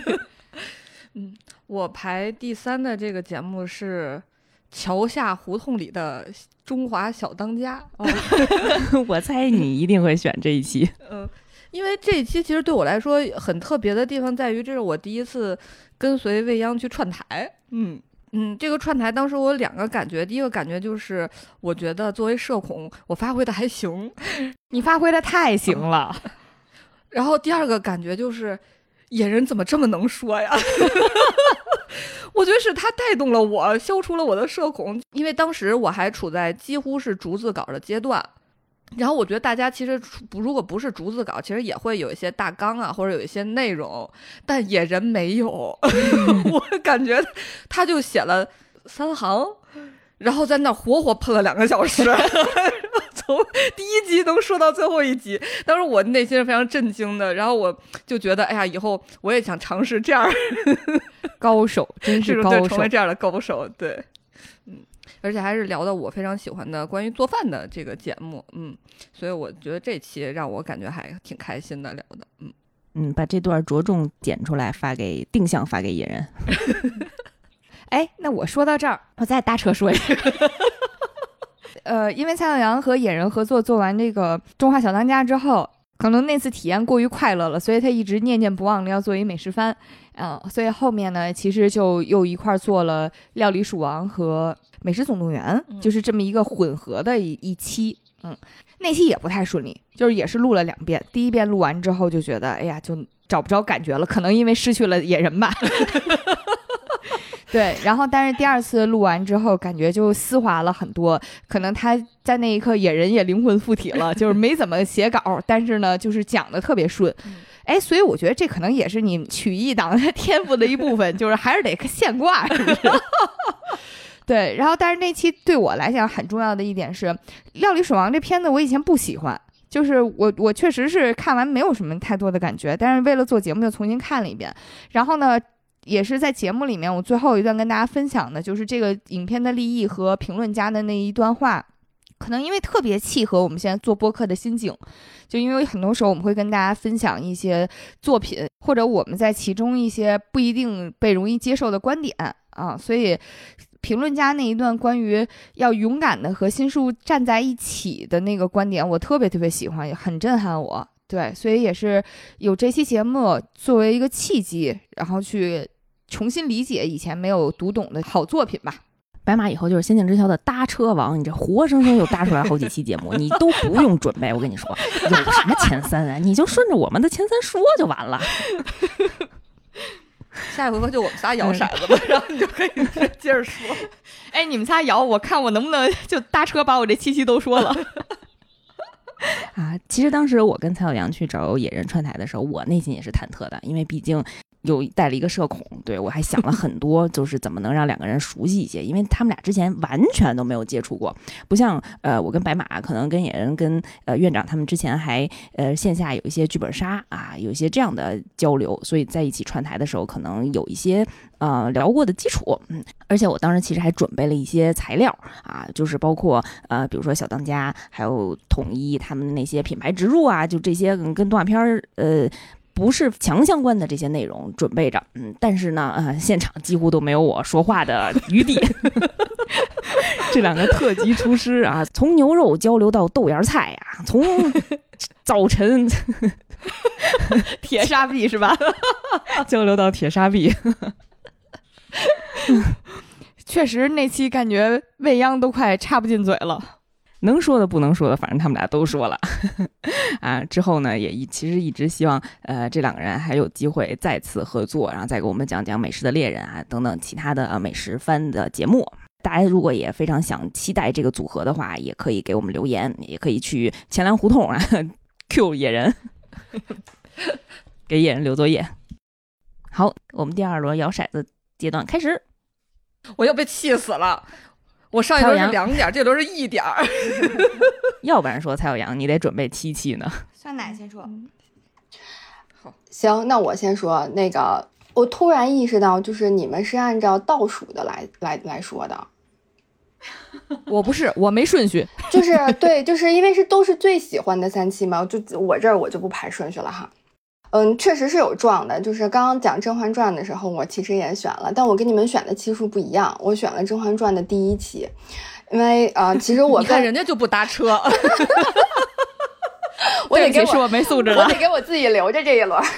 我排第3的这个节目是桥下胡同里的中华小当家。 我猜你一定会选这一期。 因为这一期其实对我来说很特别的地方在于，这是我第一次跟随未央去串台。这个串台当时我有2个感觉，第一个感觉就是我觉得作为社恐我发挥的还行。 你发挥的太行了。 然后第2个感觉就是野人怎么这么能说呀。我觉得是他带动了我，消除了我的社恐，因为当时我还处在几乎是逐字稿的阶段，然后我觉得大家其实如果不是逐字稿，其实也会有一些大纲啊，或者有一些内容，但野人没有。我感觉他就写了3行，然后在那活活喷了2个小时。从第1集能说到最后1集，当时我内心是非常震惊的，然后我就觉得哎呀，以后我也想尝试这样。 高手，真是高手， 成为这样的高手。对，而且还是聊到我非常喜欢的关于做饭的这个节目。所以我觉得这期让我感觉还挺开心的聊的。 把这段着重剪出来定向发给野人。 哎，那我说到这儿，我再搭车说一下。因为蔡耀阳和野人合作做完这个《中华小当家》之后，可能那次体验过于快乐了，所以他一直念念不忘的要做一美食番。所以后面呢，其实就又一块做了《料理鼠王》和《美食总动员》，就是这么一个混合的一期。那期也不太顺利，就是也是录了2遍。第1遍录完之后就觉得，哎呀，就找不着感觉了，可能因为失去了野人吧。对，然后但是第2次录完之后，感觉就丝滑了很多。可能他在那一刻野人也灵魂附体了，就是没怎么写稿，但是呢，就是讲的特别顺。所以我觉得这可能也是你曲艺党的天赋的一部分，就是还是得现挂，是不是？对，然后但是那期对我来讲很重要的一点是，《料理鼠王》这片子我以前不喜欢。就是我确实是看完没有什么太多的感觉，但是为了做节目又重新看了一遍。然后呢，也是在节目里面我最后一段跟大家分享的就是这个影片的立意和评论家的那一段话，可能因为特别契合我们现在做播客的心境，就因为很多时候我们会跟大家分享一些作品，或者我们在其中一些不一定被容易接受的观点所以评论家那一段关于要勇敢的和新书站在一起的那个观点，我特别特别喜欢，也很震撼我。对，所以也是有这期节目作为一个契机，然后去重新理解以前没有读懂的好作品吧。 白马以后就是《仙境之桥》的搭车王，你这活生生又搭出来好几期节目，你都不用准备。我跟你说，有什么前3啊？你就顺着我们的前3说就完了。 下一回合就我们仨摇骰子吧，然后你就可以接着说。 哎，你们仨摇，我看我能不能就搭车把我这7期都说了。 啊，其实当时我跟蔡小阳去找野人串台的时候，我内心也是忐忑的，因为毕竟有带了一个社恐，对，我还想了很多，就是怎么能让两个人熟悉一些，因为他们俩之前完全都没有接触过，不像我跟白马可能跟野人跟院长他们之前还线下有一些剧本杀啊，有一些这样的交流，所以在一起串台的时候可能有一些聊过的基础，而且我当时其实还准备了一些材料啊，就是包括比如说小当家还有统一他们那些品牌植入啊，就这些跟动画片不是强相关的这些内容准备着，但是呢，现场几乎都没有我说话的余地。这两个特级厨师啊，从牛肉交流到豆芽菜啊，从早晨铁砂臂是吧？ 交流到铁砂臂。 确实，那期感觉未央都快插不进嘴了。 能说的不能说的，反正他们俩都说了啊。之后呢，也其实一直希望这两个人还有机会再次合作，然后再给我们讲讲美食的猎人啊等等其他的美食番的节目。大家如果也非常想期待这个组合的话，也可以给我们留言，也可以去钱粮胡同啊 Q 野人给野人留作业。好，我们第二轮摇骰子阶段开始。 我又被气死了。我上一轮是2点，这轮是1点。 要不然说蔡小阳，你得准备7期呢。 酸奶先说。 好， 行，那我先说那个。我突然意识到，就是你们是按照倒数的来说的。 我不是，我没顺序。 就是对，就是因为都是最喜欢的3期嘛，就我这儿我就不排顺序了哈。确实是有撞的，就是刚刚讲《甄嬛传》的时候，我其实也选了，但我跟你们选的期数不一样，我选了《甄嬛传》的第1期，因为其实我你看人家就不搭车， 我得给我没素质了， 我得给我自己留着这一轮。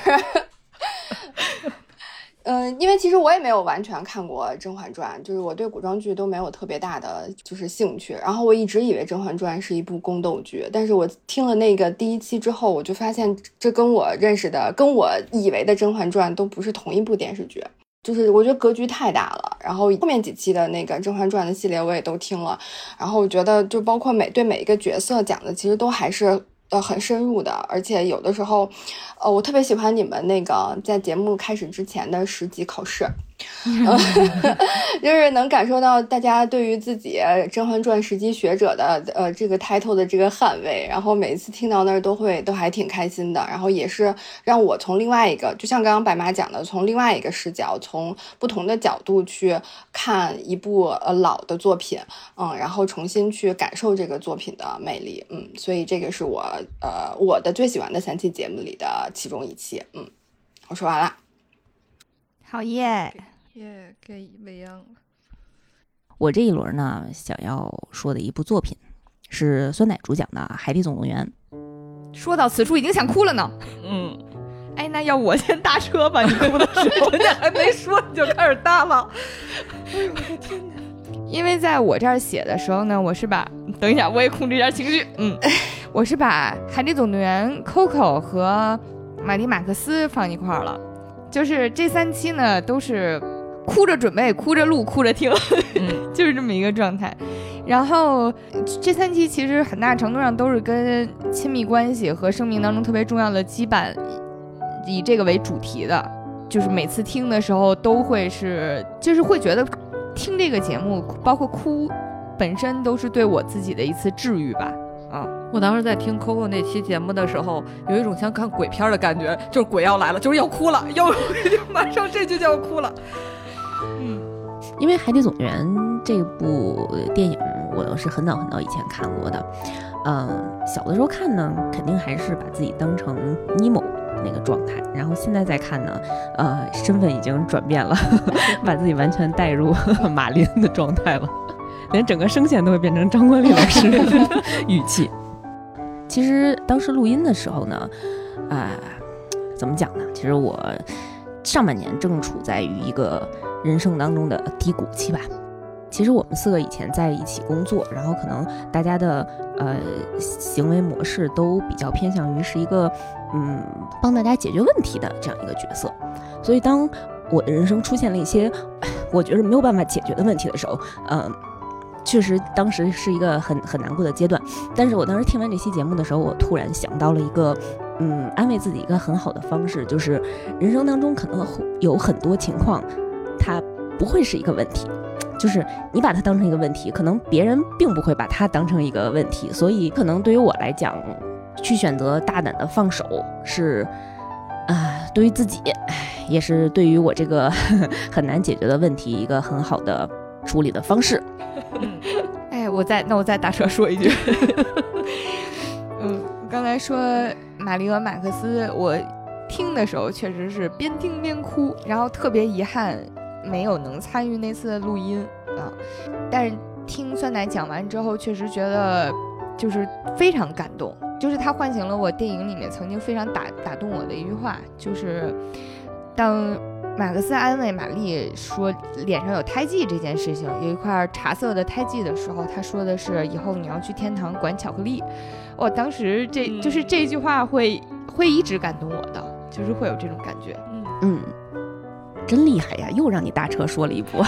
因为其实我也没有完全看过《甄嬛传》，就是我对古装剧都没有特别大的就是兴趣，然后我一直以为《甄嬛传》是一部宫斗剧，但是我听了那个第1期之后，我就发现这跟我认识的跟我以为的《甄嬛传》都不是同一部电视剧，就是我觉得格局太大了。然后后面几期的那个《甄嬛传》的系列我也都听了，然后我觉得就包括对每一个角色讲的其实都还是很深入的，而且有的时候我特别喜欢你们那个在节目开始之前的10级考试。就是能感受到大家对于自己《甄嬛传》10级学者的这个 title 的这个捍卫，然后每一次听到那儿都还挺开心的，然后也是让我从另外一个，就像刚刚白马讲的，从另外一个视角，从不同的角度去看一部老的作品，然后重新去感受这个作品的魅力，所以这个是我的最喜欢的3期节目里的其中1期，我说完了。 好耶。 给未央了。 我这一轮呢，想要说的一部作品是酸奶主讲的《海底总动员》。 说到此处已经想哭了呢。哎，那要我先搭车吧？你哭的时候， 人家还没说你就开始搭了。 哎呦我的天哪！因为在我这儿写的时候呢，我是把等一下，我也控制一下情绪。我是把《海底总动员》Coco 和马蒂马克斯放一块儿了，就是这3期呢都是哭着准备，哭着录，哭着听，就是这么一个状态。然后这3期其实很大程度上都是跟亲密关系和生命当中特别重要的羁绊以这个为主题的，就是每次听的时候都会就是会觉得听这个节目包括哭本身都是对我自己的一次治愈吧。 我当时在听 Coco 那期节目的时候，有一种像看鬼片的感觉，就是鬼要来了，就是要哭了，马上这就要哭了。 因为《海底总动员》这部电影我是很早很早以前看过的，小的时候看呢，肯定还是把自己当成尼莫那个状态，然后现在再看呢，身份已经转变了，把自己完全带入马林的状态了，连整个声线都会变成张国立老师的语气。其实当时录音的时候呢，怎么讲呢？其实我上半年正处在于一个人生当中的低谷期吧。其实我们4个以前在一起工作，然后可能大家的行为模式都比较偏向于是一个帮大家解决问题的这样一个角色。所以当我的人生出现了一些我觉得没有办法解决的问题的时候， 确实当时是一个很难过的阶段。但是我当时听完这期节目的时候，我突然想到了一个安慰自己一个很好的方式，就是人生当中可能有很多情况它不会是一个问题，就是你把它当成一个问题，可能别人并不会把它当成一个问题。所以可能对于我来讲，去选择大胆的放手是对于自己也是对于我这个很难解决的问题一个很好的处理的方式。 哎，我再打车说一句刚才说玛丽和马克思，我听的时候确实是边听边哭，然后特别遗憾没有能参与那次的录音但是听酸奶讲完之后，确实觉得就是非常感动，就是他唤醒了我电影里面曾经非常打动我的一句话，就是当马克思安慰玛丽说脸上有胎记这件事情，有一块茶色的胎记的时候，他说的是以后你要去天堂管巧克力。我当时就是这句话会一直感动我的，就是会有这种感觉。 真厉害呀，又让你大车说了一波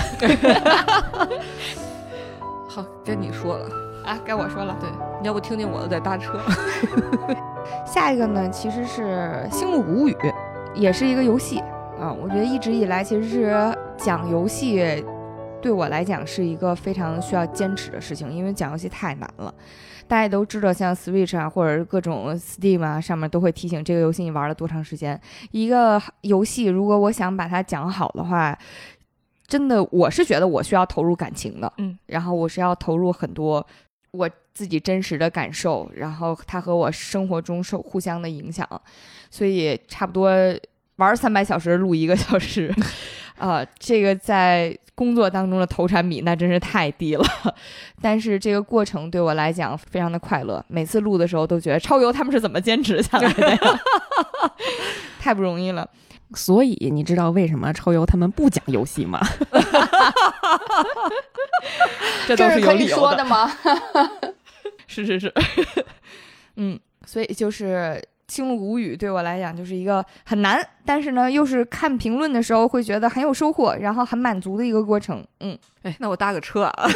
好，该你说了啊，该我说了。 对，你要不听听我的在大车下一个呢其实是《星露谷物语》，也是一个游戏我觉得一直以来其实是讲游戏对我来讲是一个非常需要坚持的事情，因为讲游戏太难了。大家都知道像 Switch 或者各种 Steam 上面都会提醒这个游戏你玩了多长时间。一个游戏如果我想把它讲好的话，真的我是觉得我需要投入感情的，然后我是要投入很多我自己真实的感受，然后它和我生活中受互相的影响，所以差不多玩300小时录1个小时这个在工作当中的投产比那真是太低了，但是这个过程对我来讲非常的快乐，每次录的时候都觉得超游他们是怎么坚持下来的呀太不容易了。 所以你知道为什么超游他们不讲游戏吗这都是有理由这是可以说的吗是所以就是星露谷物语对我来讲就是一个很难，但是呢又是看评论的时候会觉得很有收获，然后很满足的一个过程。 那我搭个车啊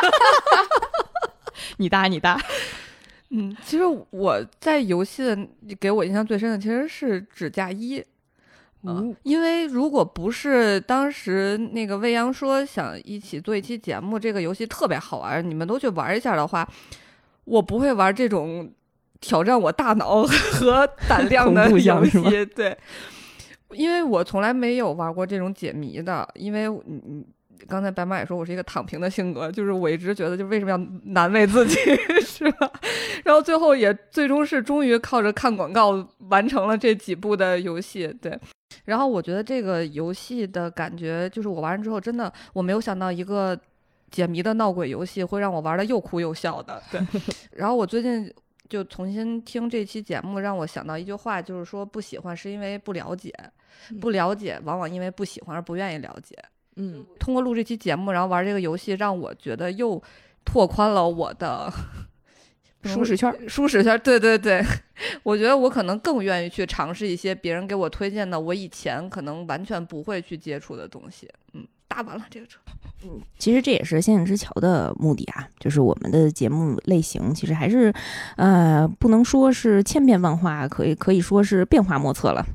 你搭其实我在游戏的给我印象最深的其实是指甲一因为如果不是当时那个未央说想一起做一期节目，这个游戏特别好玩，你们都去玩一下的话，我不会玩这种挑战我大脑和胆量的游戏对，因为我从来没有玩过这种解谜的，因为刚才白马也说我是一个躺平的性格，就是我一直觉得就为什么要难为自己是吧，然后最后也最终是终于靠着看广告完成了这几部的游戏对。然后我觉得这个游戏的感觉就是我玩完之后真的我没有想到一个解谜的闹鬼游戏会让我玩的又哭又笑的对然后我最近就重新听这期节目，让我想到一句话，就是说不喜欢是因为不了解，不了解往往因为不喜欢而不愿意了解。通过录这期节目，然后玩这个游戏，让我觉得又拓宽了我的舒适圈。 对对对，我觉得我可能更愿意去尝试一些别人给我推荐的我以前可能完全不会去接触的东西。搭完了这个车。 其实这也是《仙境之桥》的目的啊，就是我们的节目类型其实还是不能说是千变万化，可以说是变化莫测了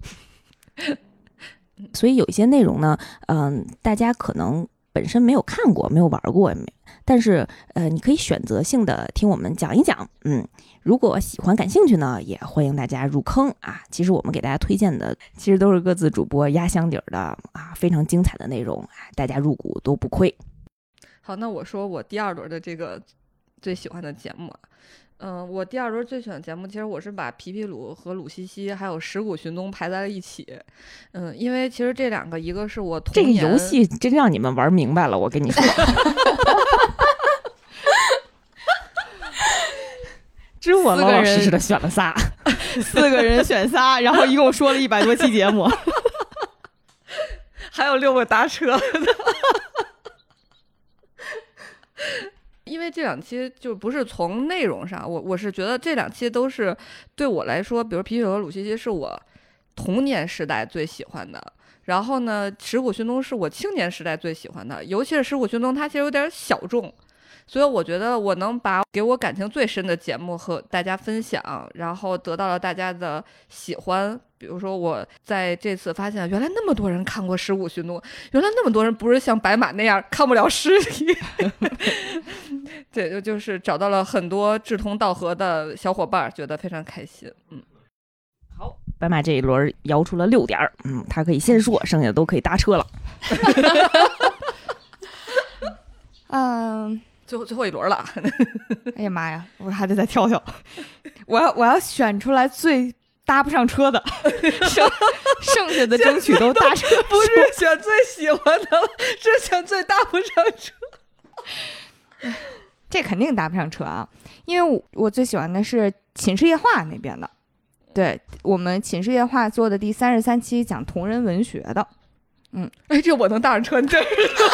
所以有一些内容呢大家可能本身没有看过没有玩过，但是你可以选择性的听我们讲一讲。如果喜欢感兴趣呢，也欢迎大家入坑啊。其实我们给大家推荐的其实都是各自主播压箱底的啊，非常精彩的内容，大家入股都不亏。 好，那我说我第二轮的这个最喜欢的节目我第二轮最喜欢的节目，其实我是把皮皮鲁和鲁西西还有石谷寻踪排在了一起。因为其实这两个，一个是我童年， 这个游戏真让你们玩明白了，我跟你说。只我老老实实的选了仨 ，4个人选仨，然后一共说了100多期节目， 还有6个搭车的。因为这两期就不是从内容上，我是觉得这两期都是对我来说，比如皮皮和鲁西西是我童年时代最喜欢的，然后呢石谷寻踪是我青年时代最喜欢的，尤其是石谷寻踪它其实有点小众， 所以我觉得我能把给我感情最深的节目和大家分享，然后得到了大家的喜欢。比如说我在这次发现原来那么多人看过《十五寻怒》，原来那么多人不是像白马那样看不了尸体对，就是找到了很多志同道合的小伙伴，觉得非常开心。 好，白马这一轮摇出了6点，他可以先说，剩下的都可以搭车了。 最后一轮了哎呀妈呀，我还得再挑挑，我要选出来最搭不上车的，剩下的争取都搭车。 不是选最喜欢的了，是选最搭不上车。 这肯定搭不上车啊，因为我最喜欢的是寝室夜话那边的。对，我们寝室夜话做的第33期讲同人文学的。 哎，这我能搭上车，对。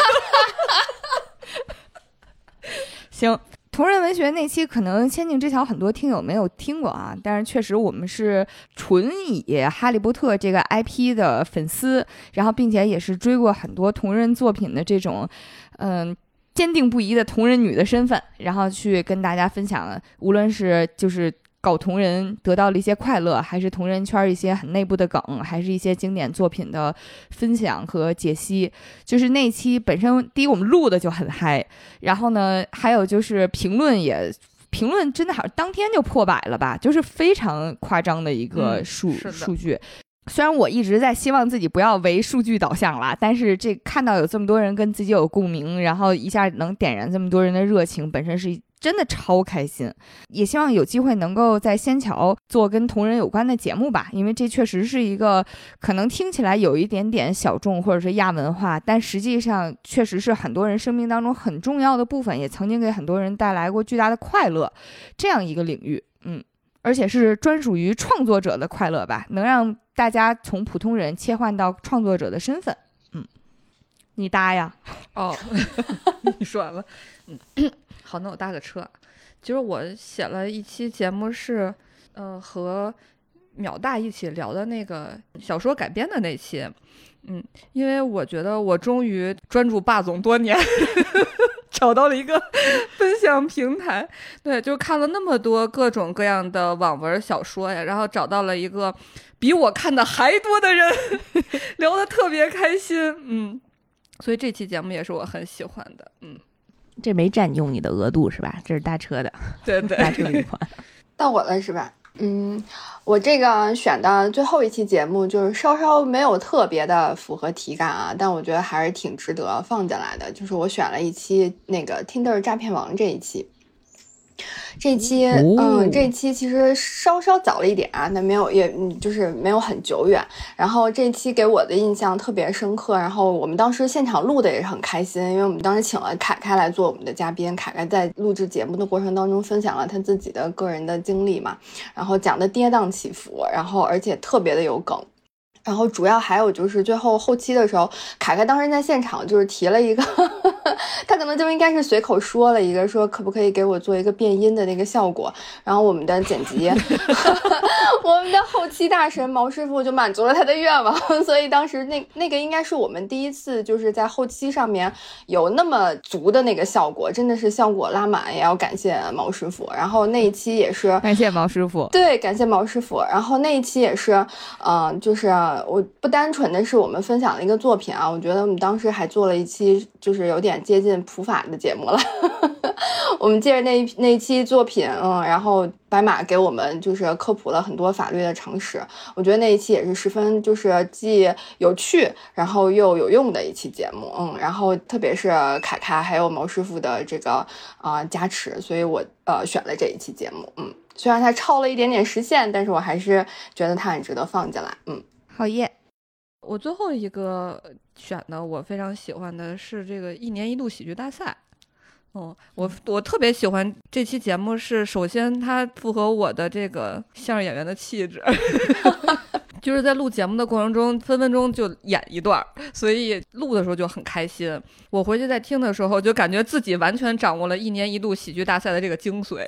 行，同人文学那期可能《仙境之桥》很多听友没有听过啊，但是确实我们是纯以哈利波特这个 IP 的粉丝，然后并且也是追过很多同人作品的这种坚定不移的同人女的身份，然后去跟大家分享，无论是就是搞同人得到了一些快乐，还是同人圈一些很内部的梗，还是一些经典作品的分享和解析。就是那期本身第一我们录的就很嗨，然后呢还有就是评论真的好像当天就破100了吧，就是非常夸张的一个数据。虽然我一直在希望自己不要为数据导向啦，但是这看到有这么多人跟自己有共鸣，然后一下能点燃这么多人的热情，本身是真的超开心。也希望有机会能够在仙桥做跟同人有关的节目吧，因为这确实是一个可能听起来有一点点小众或者是亚文化，但实际上确实是很多人生命当中很重要的部分，也曾经给很多人带来过巨大的快乐，这样一个领域。而且是专属于创作者的快乐吧，能让大家从普通人切换到创作者的身份。你搭呀？ 哦，你说完了。好，那我搭个车。其实我写了一期节目是，和淼大一起聊的那个小说改编的那期。因为我觉得我终于专注霸总多年。找到了一个分享平台，对，就看了那么多各种各样的网文小说呀，然后找到了一个比我看的还多的人，聊得特别开心，所以这期节目也是我很喜欢的， 这没占用你的额度是吧？这是搭车的， 对对， 搭车愉快。 到我了是吧？我这个选的最后一期节目就是稍稍没有特别的符合体感啊，但我觉得还是挺值得放进来的。就是我选了一期那个 Tinder 诈骗王这一期。这期其实稍稍早了一点啊，那没有就是没有很久远。然后这一期给我的印象特别深刻，然后我们当时现场录的也是很开心，因为我们当时请了凯凯来做我们的嘉宾，凯凯在录制节目的过程当中分享了他自己的个人的经历嘛，然后讲的跌宕起伏，然后而且特别的有梗。然后主要还有就是最后期的时候，凯凯当时在现场就是提了一个他可能就应该是随口说了一个，说可不可以给我做一个变音的那个效果，然后我们的剪辑我们的后期大神毛师傅就满足了他的愿望，所以当时那个应该是我们第一次就是在后期上面有那么足的那个效果，真的是效果拉满，也要感谢毛师傅。然后那一期也是感谢毛师傅， 对，感谢毛师傅。然后那一期也是就是我不单纯的是我们分享了一个作品啊，我觉得我们当时还做了一期就是有点接近普法的节目了我们借着那一期作品然后白马给我们就是科普了很多法律的常识，我觉得那一期也是十分就是既有趣然后又有用的一期节目然后特别是凯凯还有毛师傅的这个加持，所以我选了这一期节目虽然它超了一点点时限，但是我还是觉得它很值得放进来好耶。 我最后一个选的我非常喜欢的是这个1年1度喜剧大赛。我特别喜欢这期节目，是首先它符合我的这个相声演员的气质就是在录节目的过程中分分钟就演一段，所以录的时候就很开心。我回去在听的时候就感觉自己完全掌握了1年1度喜剧大赛的这个精髓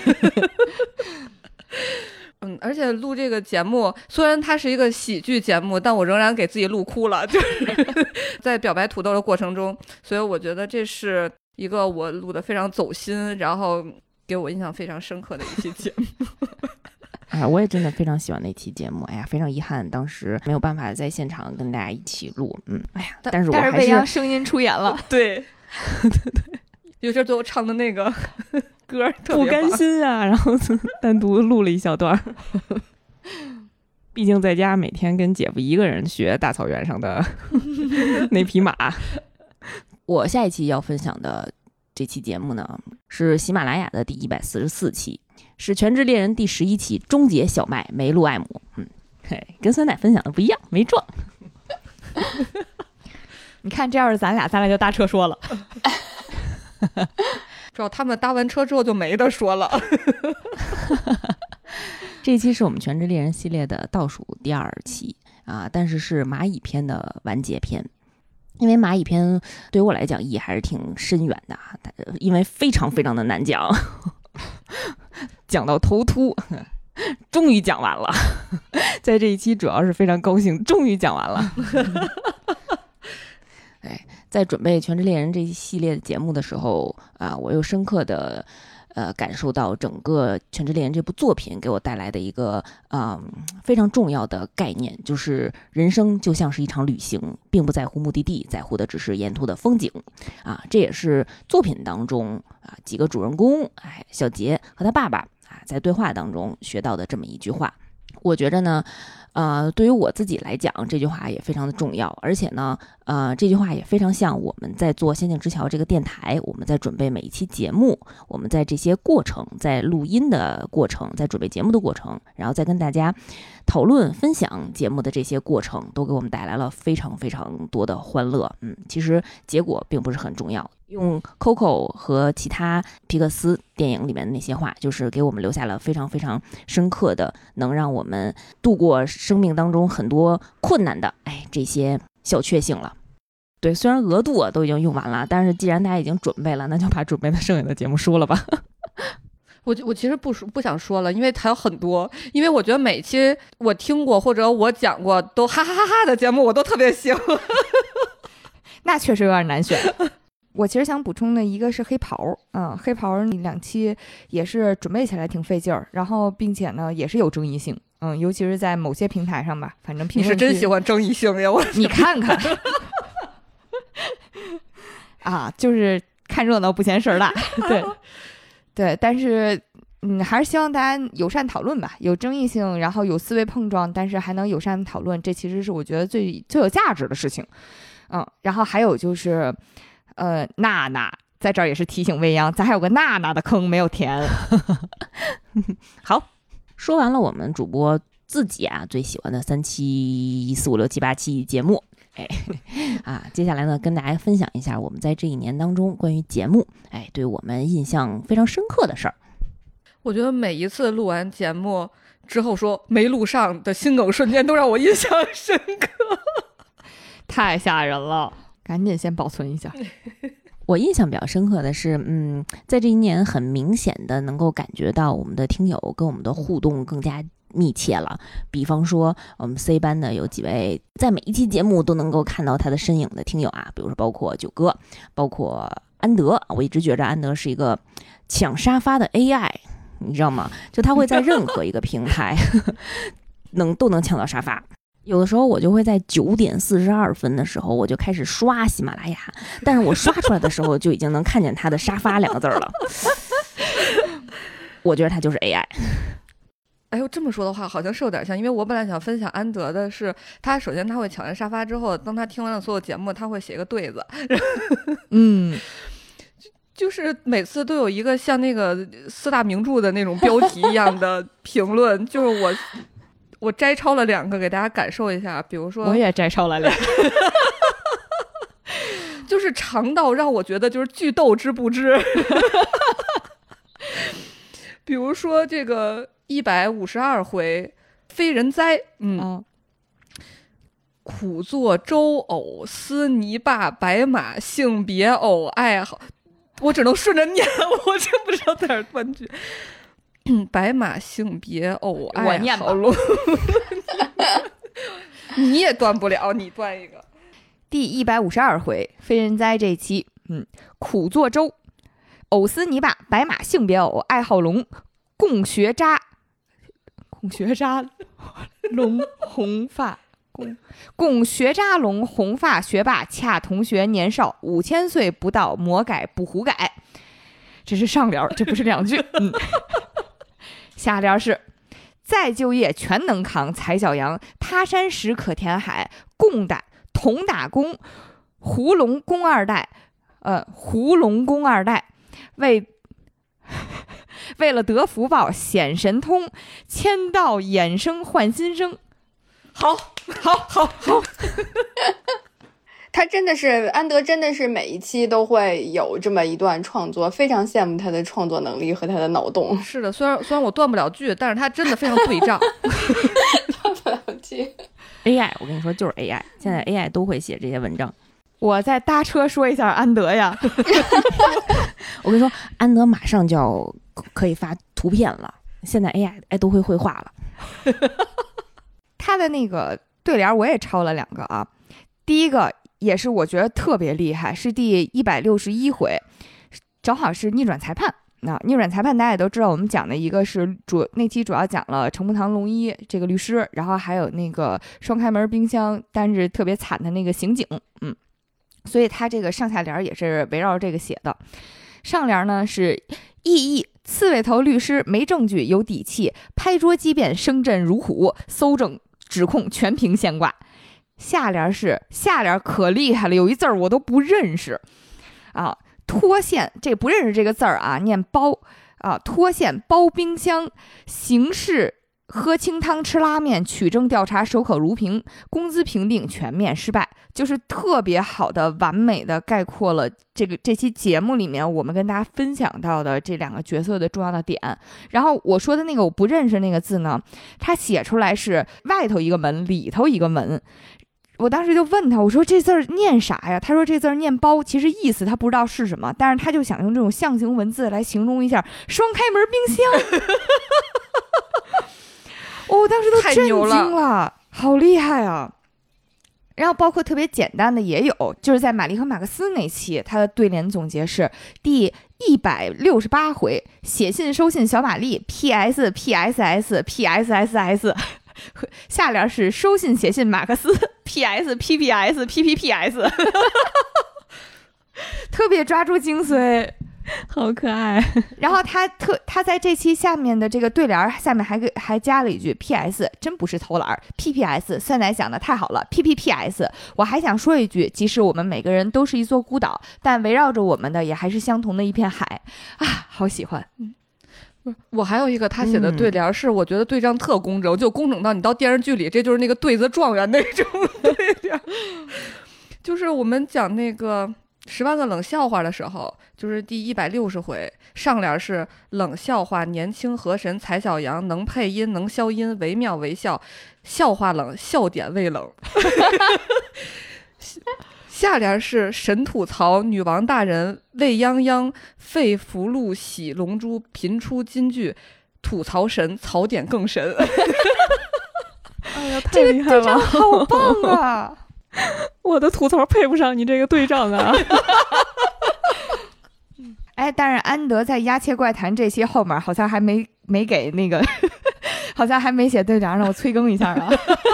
而且录这个节目虽然它是一个喜剧节目，但我仍然给自己录哭了，就是在表白土豆的过程中，所以我觉得这是一个我录的非常走心，然后给我印象非常深刻的一期节目。 哎，我也真的非常喜欢那期节目。哎呀，非常遗憾当时没有办法在现场跟大家一起录。哎呀，但是我还未央声音出演了。 对，尤其是最后唱的那个歌特别不甘心啊，然后单独录了一小段。毕竟在家每天跟姐夫一个人学大草原上的那匹马。我下一期要分享的这期节目呢，是喜马拉雅的第144期，是《全职猎人》第11期，终结小麦梅露艾姆。跟酸奶分享的不一样，没撞。 你看，这要是咱俩就搭车说了。 主要他们搭完车之后就没得说了。 这一期是我们全职猎人系列的倒数第2期啊，但是是蚂蚁篇的完结篇。因为蚂蚁篇对于我来讲意义还是挺深远的，因为非常非常的难讲，讲到头秃，终于讲完了。在这一期主要是非常高兴，终于讲完了。哎，在准备全职猎人这一系列的节目的时候啊，我又深刻的感受到整个《全职猎人》这部作品给我带来的一个非常重要的概念，就是人生就像是一场旅行，并不在乎目的地，在乎的只是沿途的风景啊。这也是作品当中啊几个主人公小杰和他爸爸在对话当中学到的这么一句话。我觉着呢对于我自己来讲，这句话也非常的重要，而且呢这句话也非常像我们在做仙境之桥这个电台，我们在准备每一期节目，我们在这些过程，在录音的过程，在准备节目的过程，然后再跟大家讨论分享节目的这些过程，都给我们带来了非常非常多的欢乐。其实结果并不是很重要，用 Coco 和其他皮克斯电影里面的那些话，就是给我们留下了非常非常深刻的，能让我们度过生命当中很多困难的这些小确幸了。对，虽然额度都已经用完了，但是既然大家已经准备了，那就把准备的剩下的节目说了吧。 我其实不想说了，因为还有很多，因为我觉得每期我听过或者我讲过都哈哈哈哈的节目我都特别喜欢。 那确实有点难选。我其实想补充的一个是黑袍，黑袍2期也是准备起来挺费劲儿，然后并且呢也是有争议性，尤其是在某些平台上吧，反正评论区你是真喜欢争议性呀， 你看看。啊，就是看热闹不嫌事儿大。对，但是还是希望大家友善讨论吧，有争议性，然后有思维碰撞，但是还能友善讨论，这其实是我觉得最有价值的事情。然后还有就是娜娜在这儿也是提醒未央，咱还有个娜娜的坑没有填。 好，说完了我们主播自己最喜欢的3期、4、5、6、7、8期节目。接下来呢，跟大家分享一下我们在这一年当中关于节目对我们印象非常深刻的事儿。 我觉得每一次录完节目之后说没录上的心梗瞬间都让我印象深刻。 太吓人了，赶紧先保存一下。 我印象比较深刻的是在这一年很明显的能够感觉到我们的听友跟我们的互动更加密切了。比方说我们 C 班的有几位在每一期节目都能够看到他的身影的听友比如说包括九哥，包括安德。我一直觉着安德是一个抢沙发的 AI， 你知道吗？就他会在任何一个平台都能抢到沙发。有的时候我就会在9点42分的时候我就开始刷喜马拉雅，但是我刷出来的时候就已经能看见他的沙发2个字了。我觉得他就是 AI。 哎呦，这么说的话好像是有点像，因为我本来想分享安德的是，他首先他会抢完沙发之后，当他听完了所有节目，他会写一个对子。就是每次都有一个像那个4大名著的那种标题一样的评论。就是我摘抄了2个给大家感受一下，比如说我也摘抄了2个。 就是长到让我觉得就是剧斗之不知。比如说这个152回非人哉，苦作周偶，斯泥巴白马，性别偶爱好，我只能顺着念，我真不知道在哪儿断句。白马性别偶爱好， 我念吧。 你也断不了，你断一个。 第152回非人哉这一期苦作舟，偶思泥巴，白马性别偶，爱好龙，共学渣龙红发。共学渣龙红发学霸恰同学年少5000岁不到魔改不胡改，这是上联，这不是两句。下联是再就业全能扛踩小羊，他山石可填海，同打工胡龙公二代，为了得福报显神通，千道衍生换新生。好， 他真的是安德，真的是每一期都会有这么一段创作，非常羡慕他的创作能力和他的脑洞。 是的，虽然我断不了句，但是他真的非常对仗。 断不了句。 AI， 我跟你说就是 AI， 现在 AI 都会写这些文章。 我再搭车说一下安德呀。 我跟你说，安德马上就要可以发图片了，现在 AI 都会绘画了。 他的那个对联我也抄了2个啊，第一个也是我觉得特别厉害，是第161回，正好是逆转裁判。那逆转裁判大家也都知道，我们讲的一个是那期主要讲了程步堂龙一这个律师，然后还有那个双开门冰箱但是特别惨的那个刑警，所以他这个上下联也是围绕这个写的。上联呢是意刺猬头律师没证据有底气，拍桌激辩声震如虎，搜证指控全凭现挂。下联可厉害了，有一字儿我都不认识啊，脱线，这不认识这个字儿啊，念包啊，脱线包冰箱，刑事喝清汤吃拉面，取证调查守口如瓶，工资评定全面失败，就是特别好的完美的概括了这期节目里面我们跟大家分享到的这2个角色的重要的点。然后我说的那个我不认识那个字呢，他写出来是外头一个门里头一个门，我当时就问他，我说这字儿念啥呀？他说这字儿念包，其实意思他不知道是什么，但是他就想用这种象形文字来形容一下双开门冰箱。我当时都震惊了，好厉害啊！然后包括特别简单的也有，就是在玛丽和马克思那期，他的对联总结是第168回，写信收信小玛丽 PS PSS PSSS， 下联是收信写信马克思 PS PPS PPPS， 特别抓住精髓。 好可爱。 然后他在这期下面的这个对联下面还加了一句 PS 真不是偷懒 PPS 酸奶想的太好了 PPPS 我还想说一句，即使我们每个人都是一座孤岛，但围绕着我们的也还是相同的一片海啊，好喜欢。 我还有一个他写的对联是我觉得对仗特工整，就工整到你到电视剧里这就是那个对子状元那种对联。就是我们讲那个10万个冷笑话的时候，就是第160回，上联是冷笑话年轻河神踩小羊，能配音能消音，惟妙惟肖，笑话冷笑点未冷。下联是神吐槽女王大人胃泱泱，肺福禄喜龙珠频出金句，吐槽神槽点更神。 哎呀，太厉害了， 这个对仗好棒啊！ 我的吐槽配不上你这个对仗啊。 哎，但是安德在《鸦切怪谈》这期后面好像还没给那个，好像还没写对联呢，我催更一下啊。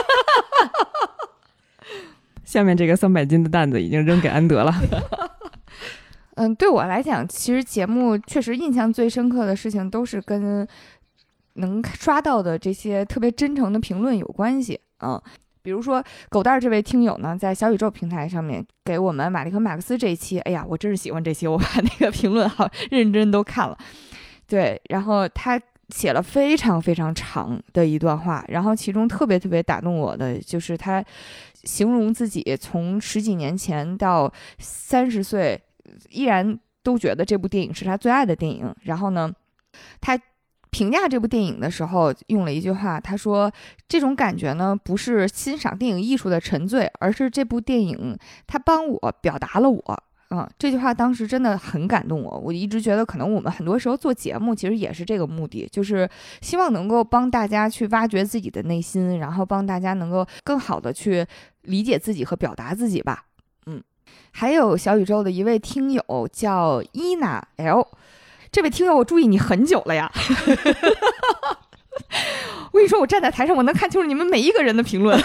下面这个300斤的担子已经扔给安德了。 对我来讲，其实节目确实印象最深刻的事情都是跟能刷到的这些特别真诚的评论有关系啊。比如说狗蛋这位听友呢，在小宇宙平台上面给我们玛丽和马克思这一期，哎呀，我真是喜欢这期，我把那个评论好认真都看了。对，然后他写了非常非常长的一段话，然后其中特别特别打动我的就是他形容自己从10几年前到30岁依然都觉得这部电影是他最爱的电影。然后呢，他评价这部电影的时候用了一句话，他说这种感觉呢不是欣赏电影艺术的沉醉，而是这部电影它帮我表达了我。这句话当时真的很感动我。我一直觉得可能我们很多时候做节目其实也是这个目的，就是希望能够帮大家去挖掘自己的内心，然后帮大家能够更好的去理解自己和表达自己吧。 还有小宇宙的一位听友叫伊娜 L， 这位听友我注意你很久了呀。我跟你说，我站在台上，我能看清楚你们每一个人的评论。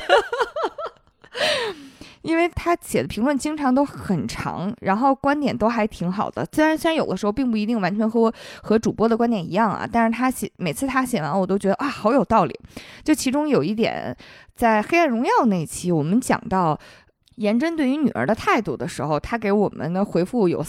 因为他写的评论经常都很长，然后观点都还挺好的。虽然有的时候并不一定完全和主播的观点一样啊，但是每次他写完，我都觉得啊，好有道理。就其中有一点，在《黑暗荣耀》那期，我们讲到颜真对于女儿的态度的时候，他给我们的回复有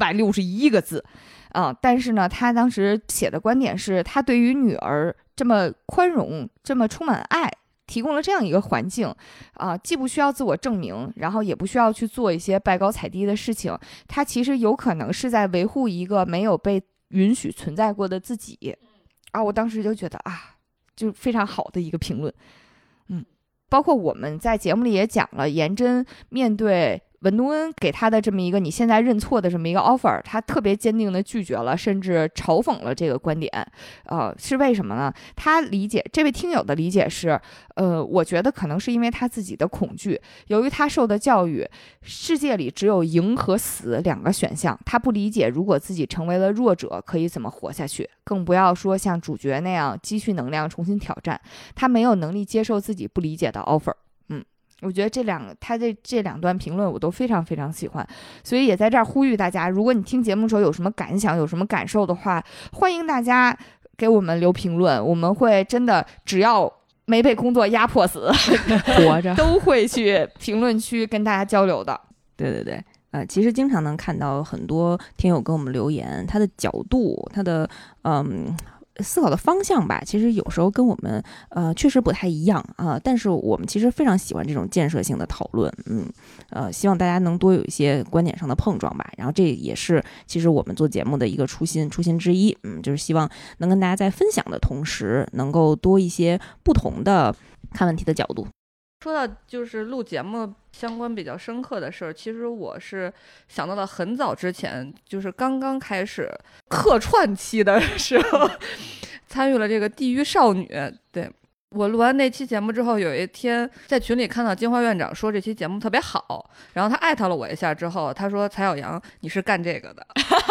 461个字。但是呢，他当时写的观点是他对于女儿这么宽容，这么充满爱，提供了这样一个环境，既不需要自我证明，然后也不需要去做一些拜高踩低的事情，他其实有可能是在维护一个没有被允许存在过的自己。我当时就觉得就非常好的一个评论。包括我们在节目里也讲了，颜真面对文东恩给他的这么一个你现在认错的这么一个 offer， 他特别坚定的拒绝了，甚至嘲讽了这个观点。是为什么呢？他理解，这位听友的理解是，我觉得可能是因为他自己的恐惧，由于他受的教育，世界里只有赢和死2个选项，他不理解如果自己成为了弱者可以怎么活下去，更不要说像主角那样积蓄能量重新挑战，他没有能力接受自己不理解的 offer。我觉得他这两段评论我都非常非常喜欢，所以也在这儿呼吁大家，如果你听节目的时候有什么感想，有什么感受的话，欢迎大家给我们留评论，我们会真的只要没被工作压迫死， 活着都会去评论区跟大家交流的。 对对对，其实经常能看到很多听友跟我们留言，他的角度，他的思考的方向吧，其实有时候跟我们确实不太一样但是我们其实非常喜欢这种建设性的讨论，希望大家能多有一些观点上的碰撞吧。然后这也是其实我们做节目的一个初心之一，就是希望能跟大家在分享的同时，能够多一些不同的看问题的角度。 说到就是录节目相关比较深刻的事儿，其实我是想到了很早之前，就是刚刚开始客串期的时候，参与了这个《地狱少女》。对，我录完那期节目之后，有一天在群里看到金花院长说这期节目特别好，然后他艾特了我一下之后，他说蔡小阳你是干这个的。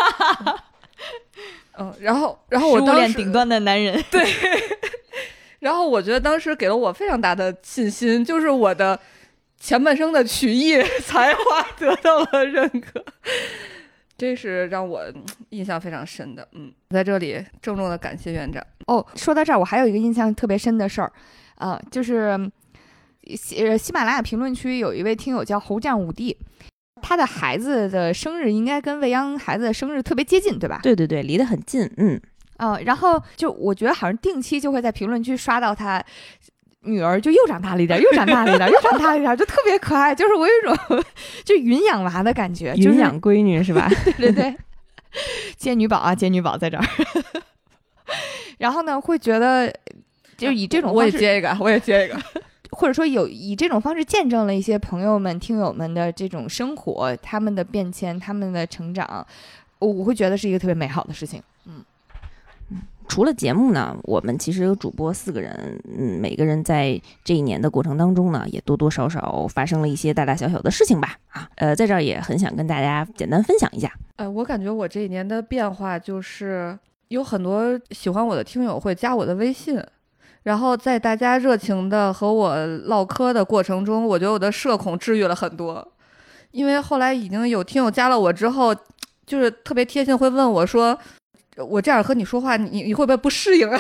然后我当时食物链顶端的男人， 对。然后我觉得当时给了我非常大的信心，就是我的前半生的曲艺才华得到了认可，这是让我印象非常深的。在这里郑重的感谢院长。 说到这儿，我还有一个印象特别深的事儿，就是喜马拉雅评论区有一位听友叫侯将武帝，他的孩子的生日应该跟未央孩子的生日特别接近，对吧？ 对对对，离得很近。 然后就我觉得好像定期就会在评论区刷到他女儿就又长大了一点，又长大了一点，又长大了一点，就特别可爱，就是我有一种就云养娃的感觉， 云养闺女是吧？ 对对对，接女宝接女宝在这儿。然后呢，会觉得就以这种方式， 我也接一个， 或者说以这种方式见证了一些朋友们、听友们的这种生活，他们的变迁，他们的成长，我会觉得是一个特别美好的事情。 除了节目呢，我们其实有主播4个人，每个人在这一年的过程当中呢，也多多少少发生了一些大大小小的事情吧。在这儿也很想跟大家简单分享一下。 我感觉我这一年的变化就是有很多喜欢我的听友会加我的微信，然后在大家热情的和我唠嗑的过程中，我觉得我的社恐治愈了很多。因为后来已经有听友加了我之后，就是特别贴心会问我说，我这样和你说话，你会不会不适应啊？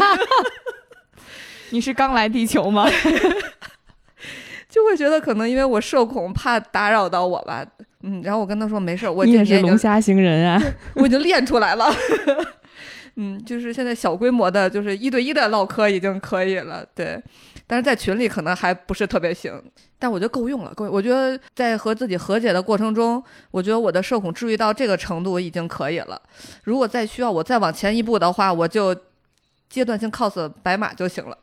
你是刚来地球吗？ 就会觉得可能因为我社恐，怕打扰到我吧。然后我跟他说没事，我你也是龙虾星人啊， 我已经练出来了。就是现在小规模的，就是1对1的唠嗑已经可以了，对。但是在群里可能还不是特别行，但我觉得够用了。我觉得在和自己和解的过程中，我觉得我的社恐治愈到这个程度已经可以了。如果再需要我再往前一步的话，我就阶段性 cos 白马就行了。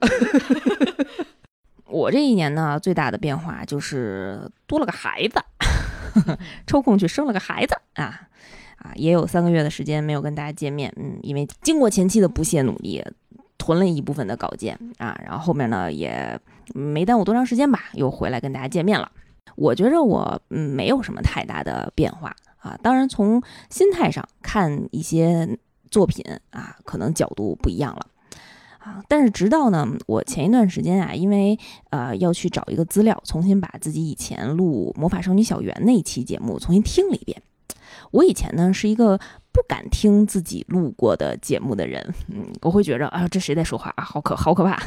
我这一年呢，最大的变化就是多了个孩子，抽空去生了个孩子也有3个月的时间没有跟大家见面，因为经过前期的不懈努力，囤了一部分的稿件然后后面呢也没耽误多长时间吧，又回来跟大家见面了。 我觉着我没有什么太大的变化啊。当然从心态上看一些作品啊，可能角度不一样了啊。但是直到呢，我前一段时间啊，因为要去找一个资料，重新把自己以前录《魔法少女小圆》那一期节目重新听了一遍。我以前呢是一个不敢听自己录过的节目的人，我会觉着啊，这谁在说话啊，好可怕。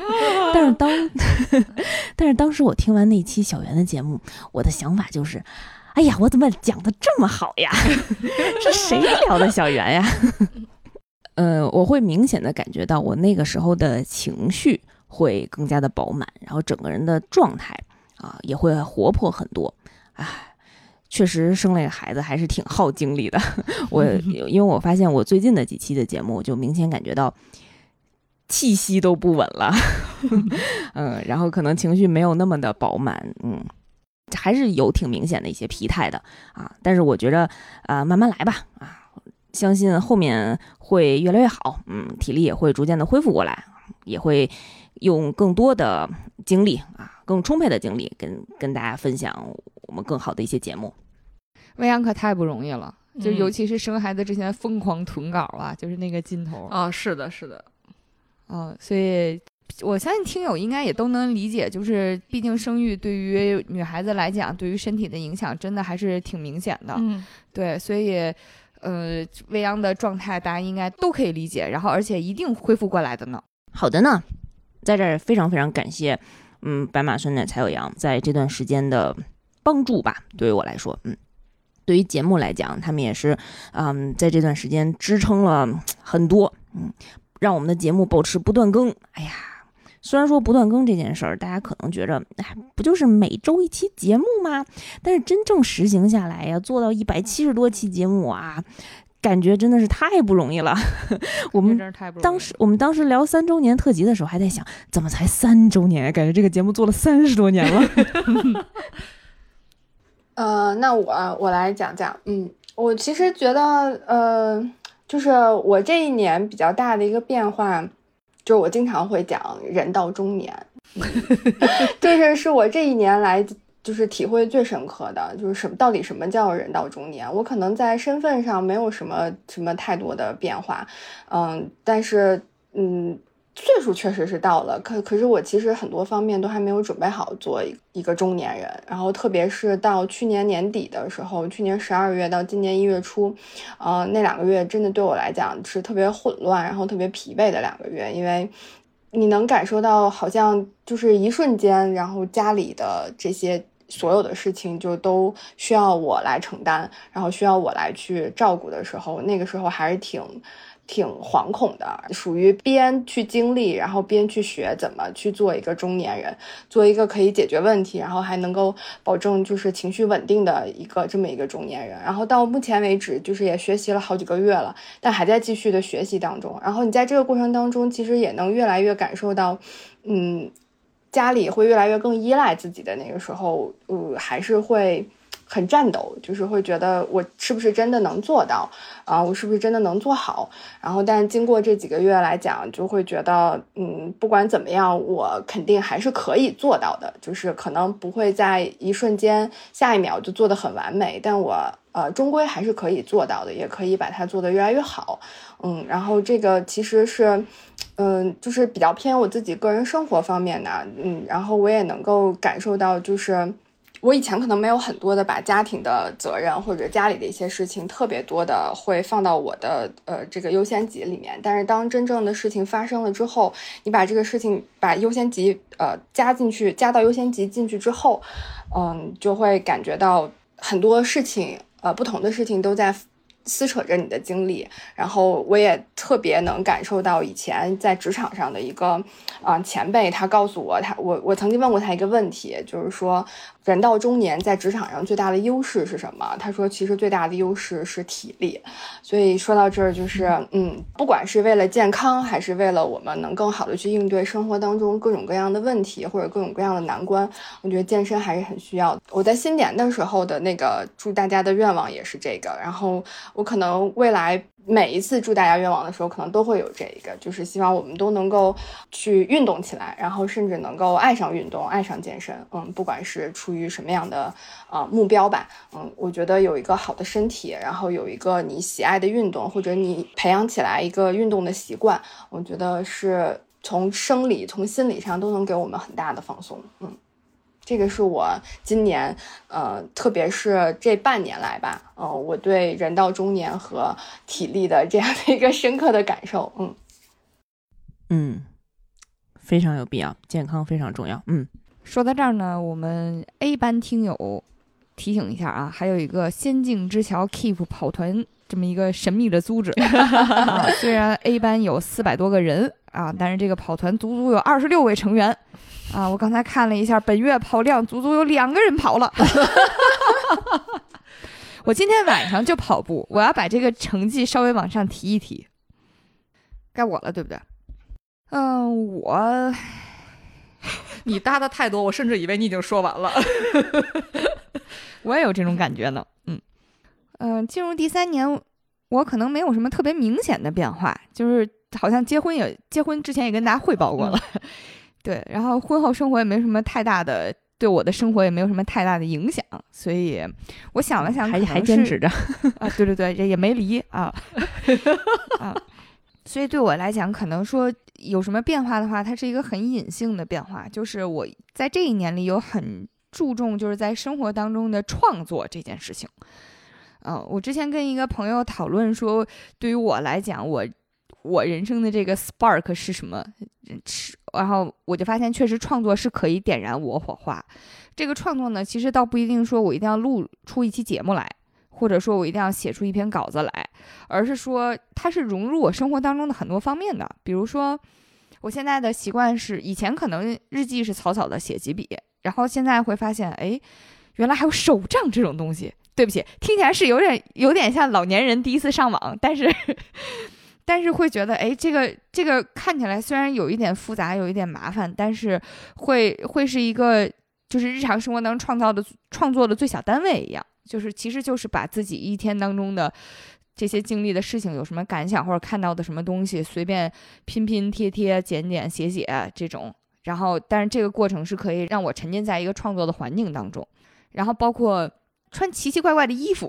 但是当时我听完那期小圆的节目，我的想法就是，哎呀，我怎么讲的这么好呀？是谁聊的小圆呀？我会明显的感觉到我那个时候的情绪会更加的饱满，然后整个人的状态啊也会活泼很多。哎，确实生了一个孩子还是挺耗精力的。因为我发现我最近的几期的节目，就明显感觉到气息都不稳了，然后可能情绪没有那么的饱满，还是有挺明显的一些疲态的啊。但是我觉着慢慢来吧啊，相信后面会越来越好，体力也会逐渐的恢复过来，也会用更多的精力啊，更充沛的精力跟大家分享我们更好的一些节目。 未央可太不容易了，就尤其是生孩子之前疯狂囤稿啊，就是那个劲头啊，是的， 所以我相信听友应该也都能理解，就是毕竟生育对于女孩子来讲，对于身体的影响真的还是挺明显的。对，所以未央的状态大家应该都可以理解，然后而且一定恢复过来的呢。 好的呢，在这儿非常非常感谢白马酸奶才有羊在这段时间的帮助吧。对于我来说，对于节目来讲，他们也是在这段时间支撑了很多，让我们的节目保持不断更。哎呀，虽然说不断更这件事儿，大家可能觉着，不就是每周一期节目吗？但是真正实行下来呀，做到170多期节目啊，感觉真的是太不容易了。我们当时聊3周年特辑的时候，还在想，怎么才3周年？感觉这个节目做了30多年了。 那我来讲讲，我其实觉得，就是我这一年比较大的一个变化，就是我经常会讲人到中年，是我这一年来就是体会最深刻的，就是到底什么叫人到中年。我可能在身份上没有什么太多的变化，但是岁数确实是到了，可是我其实很多方面都还没有准备好做一个中年人，然后特别是到去年年底的时候，去年12月到今年1月初，那2个月真的对我来讲是特别混乱，然后特别疲惫的2个月，因为你能感受到好像就是一瞬间，然后家里的这些所有的事情就都需要我来承担，然后需要我来去照顾的时候，那个时候还是挺惶恐的，属于边去经历，然后边去学怎么去做一个中年人，做一个可以解决问题，然后还能够保证就是情绪稳定的这么一个中年人。然后到目前为止，就是也学习了好几个月了，但还在继续的学习当中。然后你在这个过程当中，其实也能越来越感受到，家里会越来越更依赖自己的那个时候，还是会很战斗，就是会觉得我是不是真的能做到啊？我是不是真的能做好？然后，但经过这几个月来讲，就会觉得，不管怎么样，我肯定还是可以做到的。就是可能不会在一瞬间、下一秒就做得很完美，但我终归还是可以做到的，也可以把它做得越来越好。然后这个其实是，就是比较偏我自己个人生活方面的，然后我也能够感受到，就是我以前可能没有很多的把家庭的责任或者家里的一些事情特别多的会放到我的这个优先级里面，但是当真正的事情发生了之后，你把这个事情把优先级加到优先级进去之后，就会感觉到很多事情不同的事情都在撕扯着你的精力。然后我也特别能感受到以前在职场上的一个前辈，他告诉我，我曾经问过他一个问题，就是说人到中年在职场上最大的优势是什么？他说其实最大的优势是体力。所以说到这儿，就是不管是为了健康，还是为了我们能更好的去应对生活当中各种各样的问题或者各种各样的难关，我觉得健身还是很需要的。我在新年的时候的那个祝大家的愿望也是这个，然后我可能未来每一次祝大家愿望的时候，可能都会有这一个，就是希望我们都能够去运动起来，然后甚至能够爱上运动，爱上健身。不管是出于什么样的目标吧，我觉得有一个好的身体，然后有一个你喜爱的运动，或者你培养起来一个运动的习惯，我觉得是从生理、从心理上都能给我们很大的放松。这个是我今年特别是这半年来吧，我对人到中年和体力的这样的一个深刻的感受。 非常有必要，健康非常重要。 说到这儿呢，我们 A 班听友提醒一下啊，还有一个仙境之桥 Keep 跑团这么一个神秘的组织虽然 A 班有400多个人啊，但是这个跑团足足有26位成员啊。我刚才看了一下，本月跑量足足有2个人跑了我今天晚上就跑步，我要把这个成绩稍微往上提一提。该我了，对不对？ 你搭的太多，我甚至以为你已经说完了我也有这种感觉呢。进入第3年，我可能没有什么特别明显的变化，就是好像结婚之前也跟大家汇报过了对，然后婚后生活也没什么太大的，对我的生活也没有什么太大的影响，所以我想了想， 还坚持着啊，对，也没离啊所以对我来讲，可能说有什么变化的话，它是一个很隐性的变化，就是我在这一年里有很注重就是在生活当中的创作这件事情。我之前跟一个朋友讨论说，对于我来讲，我人生的这个 spark 是什么？然后我就发现，确实创作是可以点燃我火花。这个创作呢，其实倒不一定说我一定要录出一期节目来，或者说我一定要写出一篇稿子来，而是说它是融入我生活当中的很多方面的。比如说，我现在的习惯是，以前可能日记是草草的写几笔，然后现在会发现，哎，原来还有手账这种东西。对不起，听起来是有点像老年人第一次上网，但是会觉得，哎，这个看起来虽然有一点复杂，有一点麻烦，但是会是一个就是日常生活当中创作的最小单位一样，其实就是把自己一天当中的这些经历的事情有什么感想或者看到的什么东西，随便拼拼贴贴、剪剪写写这种，然后但是这个过程是可以让我沉浸在一个创作的环境当中，然后包括穿奇奇怪怪的衣服，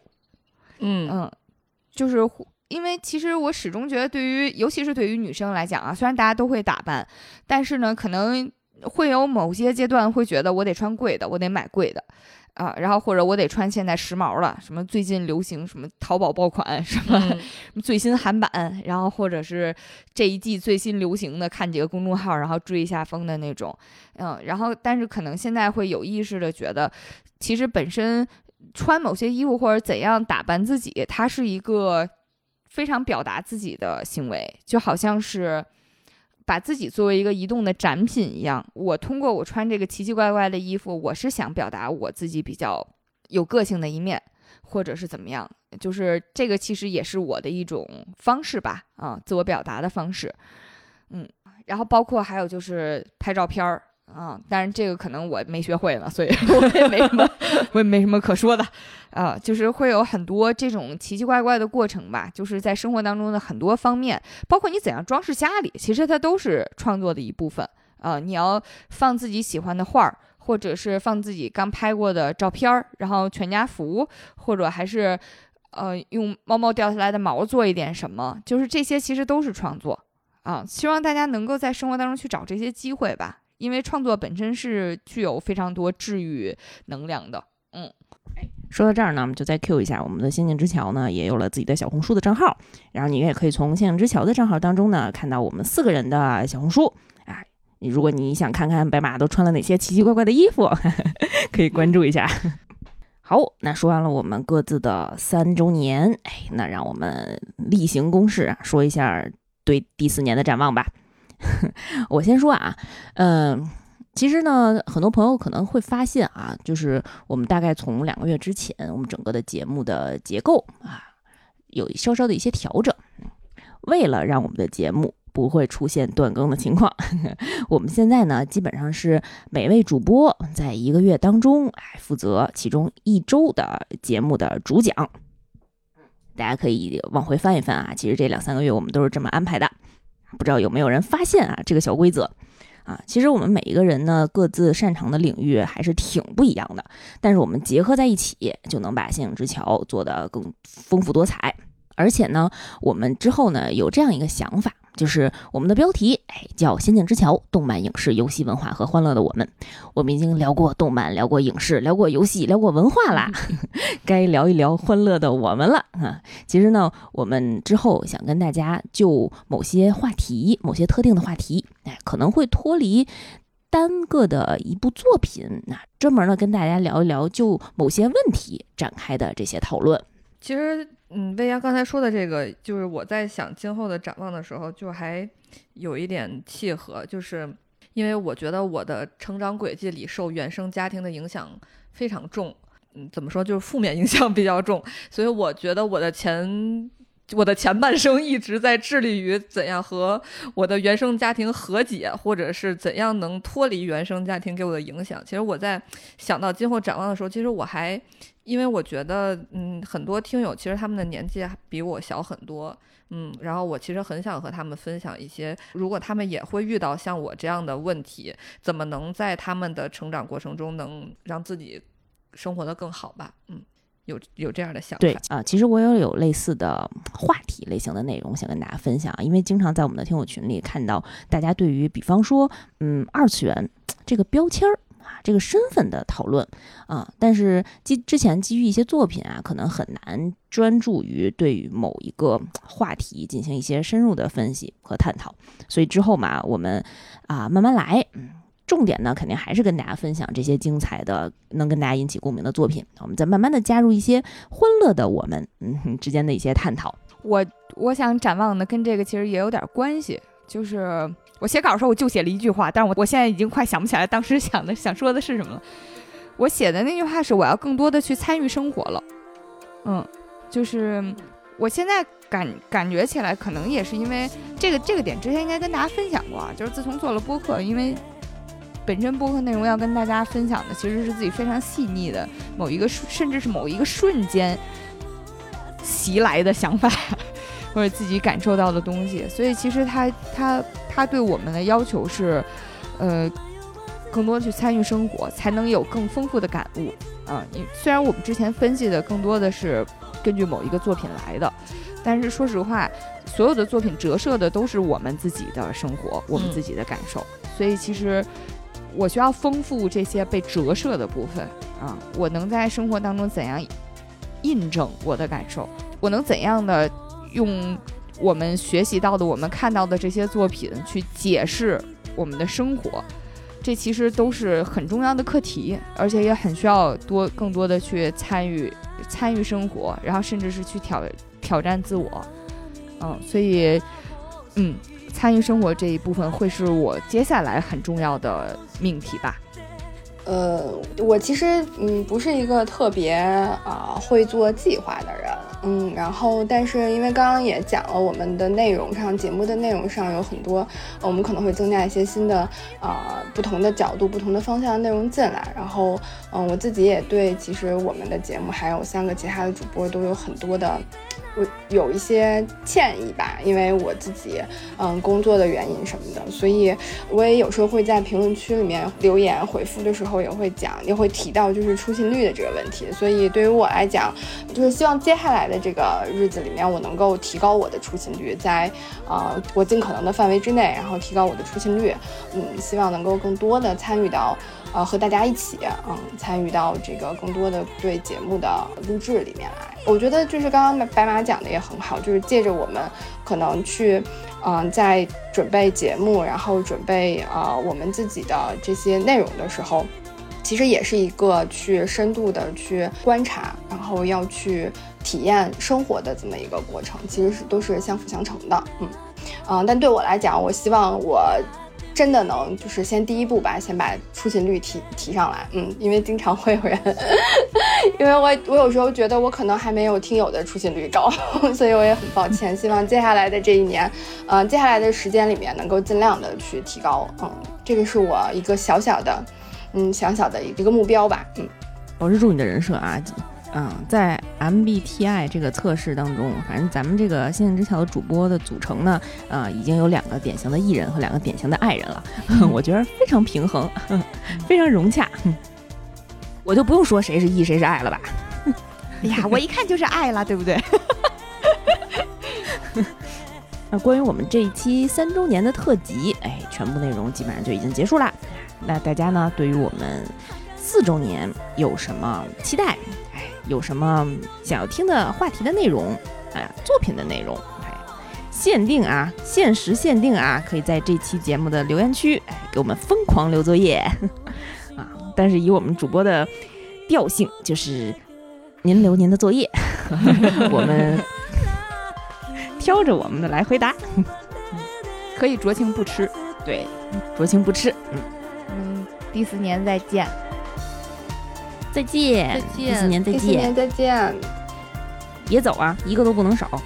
就是因为其实我始终觉得，尤其是对于女生来讲啊，虽然大家都会打扮，但是呢，可能会有某些阶段会觉得我得穿贵的，我得买贵的啊，然后或者我得穿现在时髦了，什么最近流行什么淘宝爆款，什么最新韩版，然后或者是这一季最新流行的，看几个公众号然后追一下风的那种，然后但是可能现在会有意识的觉得，其实本身穿某些衣服或者怎样打扮自己，它是一个非常表达自己的行为，就好像是把自己作为一个移动的展品一样。我通过我穿这个奇奇怪怪的衣服，我是想表达我自己比较有个性的一面，或者是怎么样，就是这个其实也是我的一种方式吧，自我表达的方式。然后包括还有就是拍照片儿。但是这个可能我没学会呢，所以我也没什么可说的就是会有很多这种奇奇怪怪的过程吧，就是在生活当中的很多方面，包括你怎样装饰家里，其实它都是创作的一部分你要放自己喜欢的画，或者是放自己刚拍过的照片，然后全家福，或者还是用猫猫掉下来的毛做一点什么，就是这些其实都是创作希望大家能够在生活当中去找这些机会吧。因为创作本身是具有非常多治愈能量的。 说到这儿呢，我们就再 Q 一下我们的仙境之桥呢，也有了自己的小红书的账号，然后你也可以从仙境之桥的账号当中呢，看到我们4个人的小红书如果你想看看白马都穿了哪些奇奇怪怪的衣服可以关注一下。好，那说完了我们各自的3周年，那让我们例行公事说一下对第4年的展望吧。我先说其实呢，很多朋友可能会发现就是我们大概从2个月之前，我们整个的节目的结构有稍稍的一些调整，为了让我们的节目不会出现断更的情况，我们现在呢基本上是每位主播在1个月当中负责其中1周的节目的主讲。 大家可以往回翻一翻啊，其实这2-3个月我们都是这么安排的，不知道有没有人发现啊这个小规则啊？其实我们每一个人呢各自擅长的领域还是挺不一样的，但是我们结合在一起就能把仙境之桥做得更丰富多彩。而且呢我们之后呢有这样一个想法，就是我们的标题叫仙境之桥，动漫影视游戏文化和欢乐的我们。我们已经聊过动漫，聊过影视，聊过游戏，聊过文化啦，该聊一聊欢乐的我们了啊！其实呢我们之后想跟大家就某些话题，某些特定的话题，可能会脱离单个的一部作品，专门呢跟大家聊一聊就某些问题展开的这些讨论。 其实魏阳刚才说的这个，就是我在想今后的展望的时候，就还有一点契合，就是因为我觉得我的成长轨迹里受原生家庭的影响非常重，怎么说，就是负面影响比较重，所以我觉得我的前半生一直在致力于怎样和我的原生家庭和解，或者是怎样能脱离原生家庭给我的影响。其实我在想到今后展望的时候，其实我还因为我觉得很多听友其实他们的年纪比我小很多，然后我其实很想和他们分享一些，如果他们也会遇到像我这样的问题，怎么能在他们的成长过程中能让自己生活得更好吧。有这样的想法。 对啊，其实我也有类似的话题类型的内容想跟大家分享，因为经常在我们的听友群里看到大家对于比方说二次元这个标签这个身份的讨论啊，但是之前基于一些作品啊，可能很难专注于对于某一个话题进行一些深入的分析和探讨，所以之后嘛，我们慢慢来。重点呢，肯定还是跟大家分享这些精彩的、能跟大家引起共鸣的作品。我们再慢慢的加入一些欢乐的我们之间的一些探讨。 我想展望的跟这个其实也有点关系，就是我写稿的时候我就写了一句话，但是我现在已经快想不起来当时想说的是什么了。我写的那句话是我要更多的去参与生活了。就是我现在感觉起来，可能也是因为这个点之前应该跟大家分享过啊，就是自从做了播客，因为本身播客内容要跟大家分享的其实是自己非常细腻的某一个甚至是某一个瞬间袭来的想法或者自己感受到的东西，所以其实他对我们的要求是更多去参与生活，才能有更丰富的感悟啊。虽然我们之前分析的更多的是根据某一个作品来的，但是说实话，所有的作品折射的都是我们自己的生活，我们自己的感受，所以其实我需要丰富这些被折射的部分啊，我能在生活当中怎样印证我的感受，我能怎样的用我们学习到的、我们看到的这些作品去解释我们的生活，这其实都是很重要的课题，而且也很需要更多的去参与生活，然后甚至是去挑战自我，所以参与生活这一部分会是我接下来很重要的命题吧。 我其实不是一个特别会做计划的人，然后但是因为刚刚也讲了，我们的内容上，节目的内容上有很多，我们可能会增加一些新的不同的角度、不同的方向的内容进来，然后我自己也对其实我们的节目还有3个其他的主播都有很多的有一些歉意吧，因为我自己工作的原因什么的，所以我也有时候会在评论区里面留言回复的时候也会提到就是出勤率的这个问题，所以对于我来讲，就是希望接下来的这个日子里面我能够提高我的出勤率，在我尽可能的范围之内，然后提高我的出勤率，希望能够更多的参与到和大家一起参与到这个更多的对节目的录制里面来。我觉得就是刚刚白马讲的也很好，就是借着我们可能去在准备节目，然后准备我们自己的这些内容的时候，其实也是一个去深度的去观察，然后要去体验生活的这么一个过程，其实都是相辅相成的。但对我来讲，我希望我真的能就是先第一步吧，先把出勤率提上来，因为经常会有人因为我有时候觉得我可能还没有听友的出勤率高，所以我也很抱歉，希望接下来的这一年接下来的时间里面能够尽量的去提高，这个是我一个小小的一个目标吧。 保持住你的人设啊， 在 MBTI 这个测试当中，反正咱们这个仙境之桥的主播的组成呢，已经有2个典型的艺人和2个典型的爱人了，我觉得非常平衡，非常融洽。我就不用说谁是 E 谁是 I 了吧？ 哎呀，我一看就是爱了，对不对？ 那关于我们这一期3周年的特辑，全部内容基本上就已经结束了。那大家呢，对于我们4周年有什么期待？有什么想要听的话题的内容？作品的内容，限定啊，限时限定啊，可以在这期节目的留言区，给我们疯狂留作业啊！但是以我们主播的调性，就是您留您的作业，我们挑着我们的来回答， 可以酌情不吃。 对，酌情不吃。 第4年再见。 再见，第4年再见， 第4年再见， 别走啊，一个都不能少。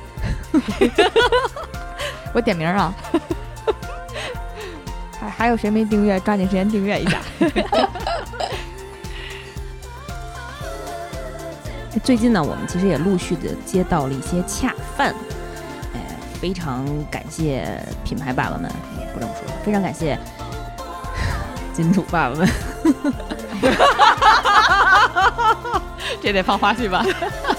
我点名啊，还有谁没订阅？抓紧时间订阅一下。 最近呢，我们其实也陆续的接到了一些恰饭，非常感谢品牌爸爸们，不这么说，非常感谢金主爸爸们。 这得放花絮吧。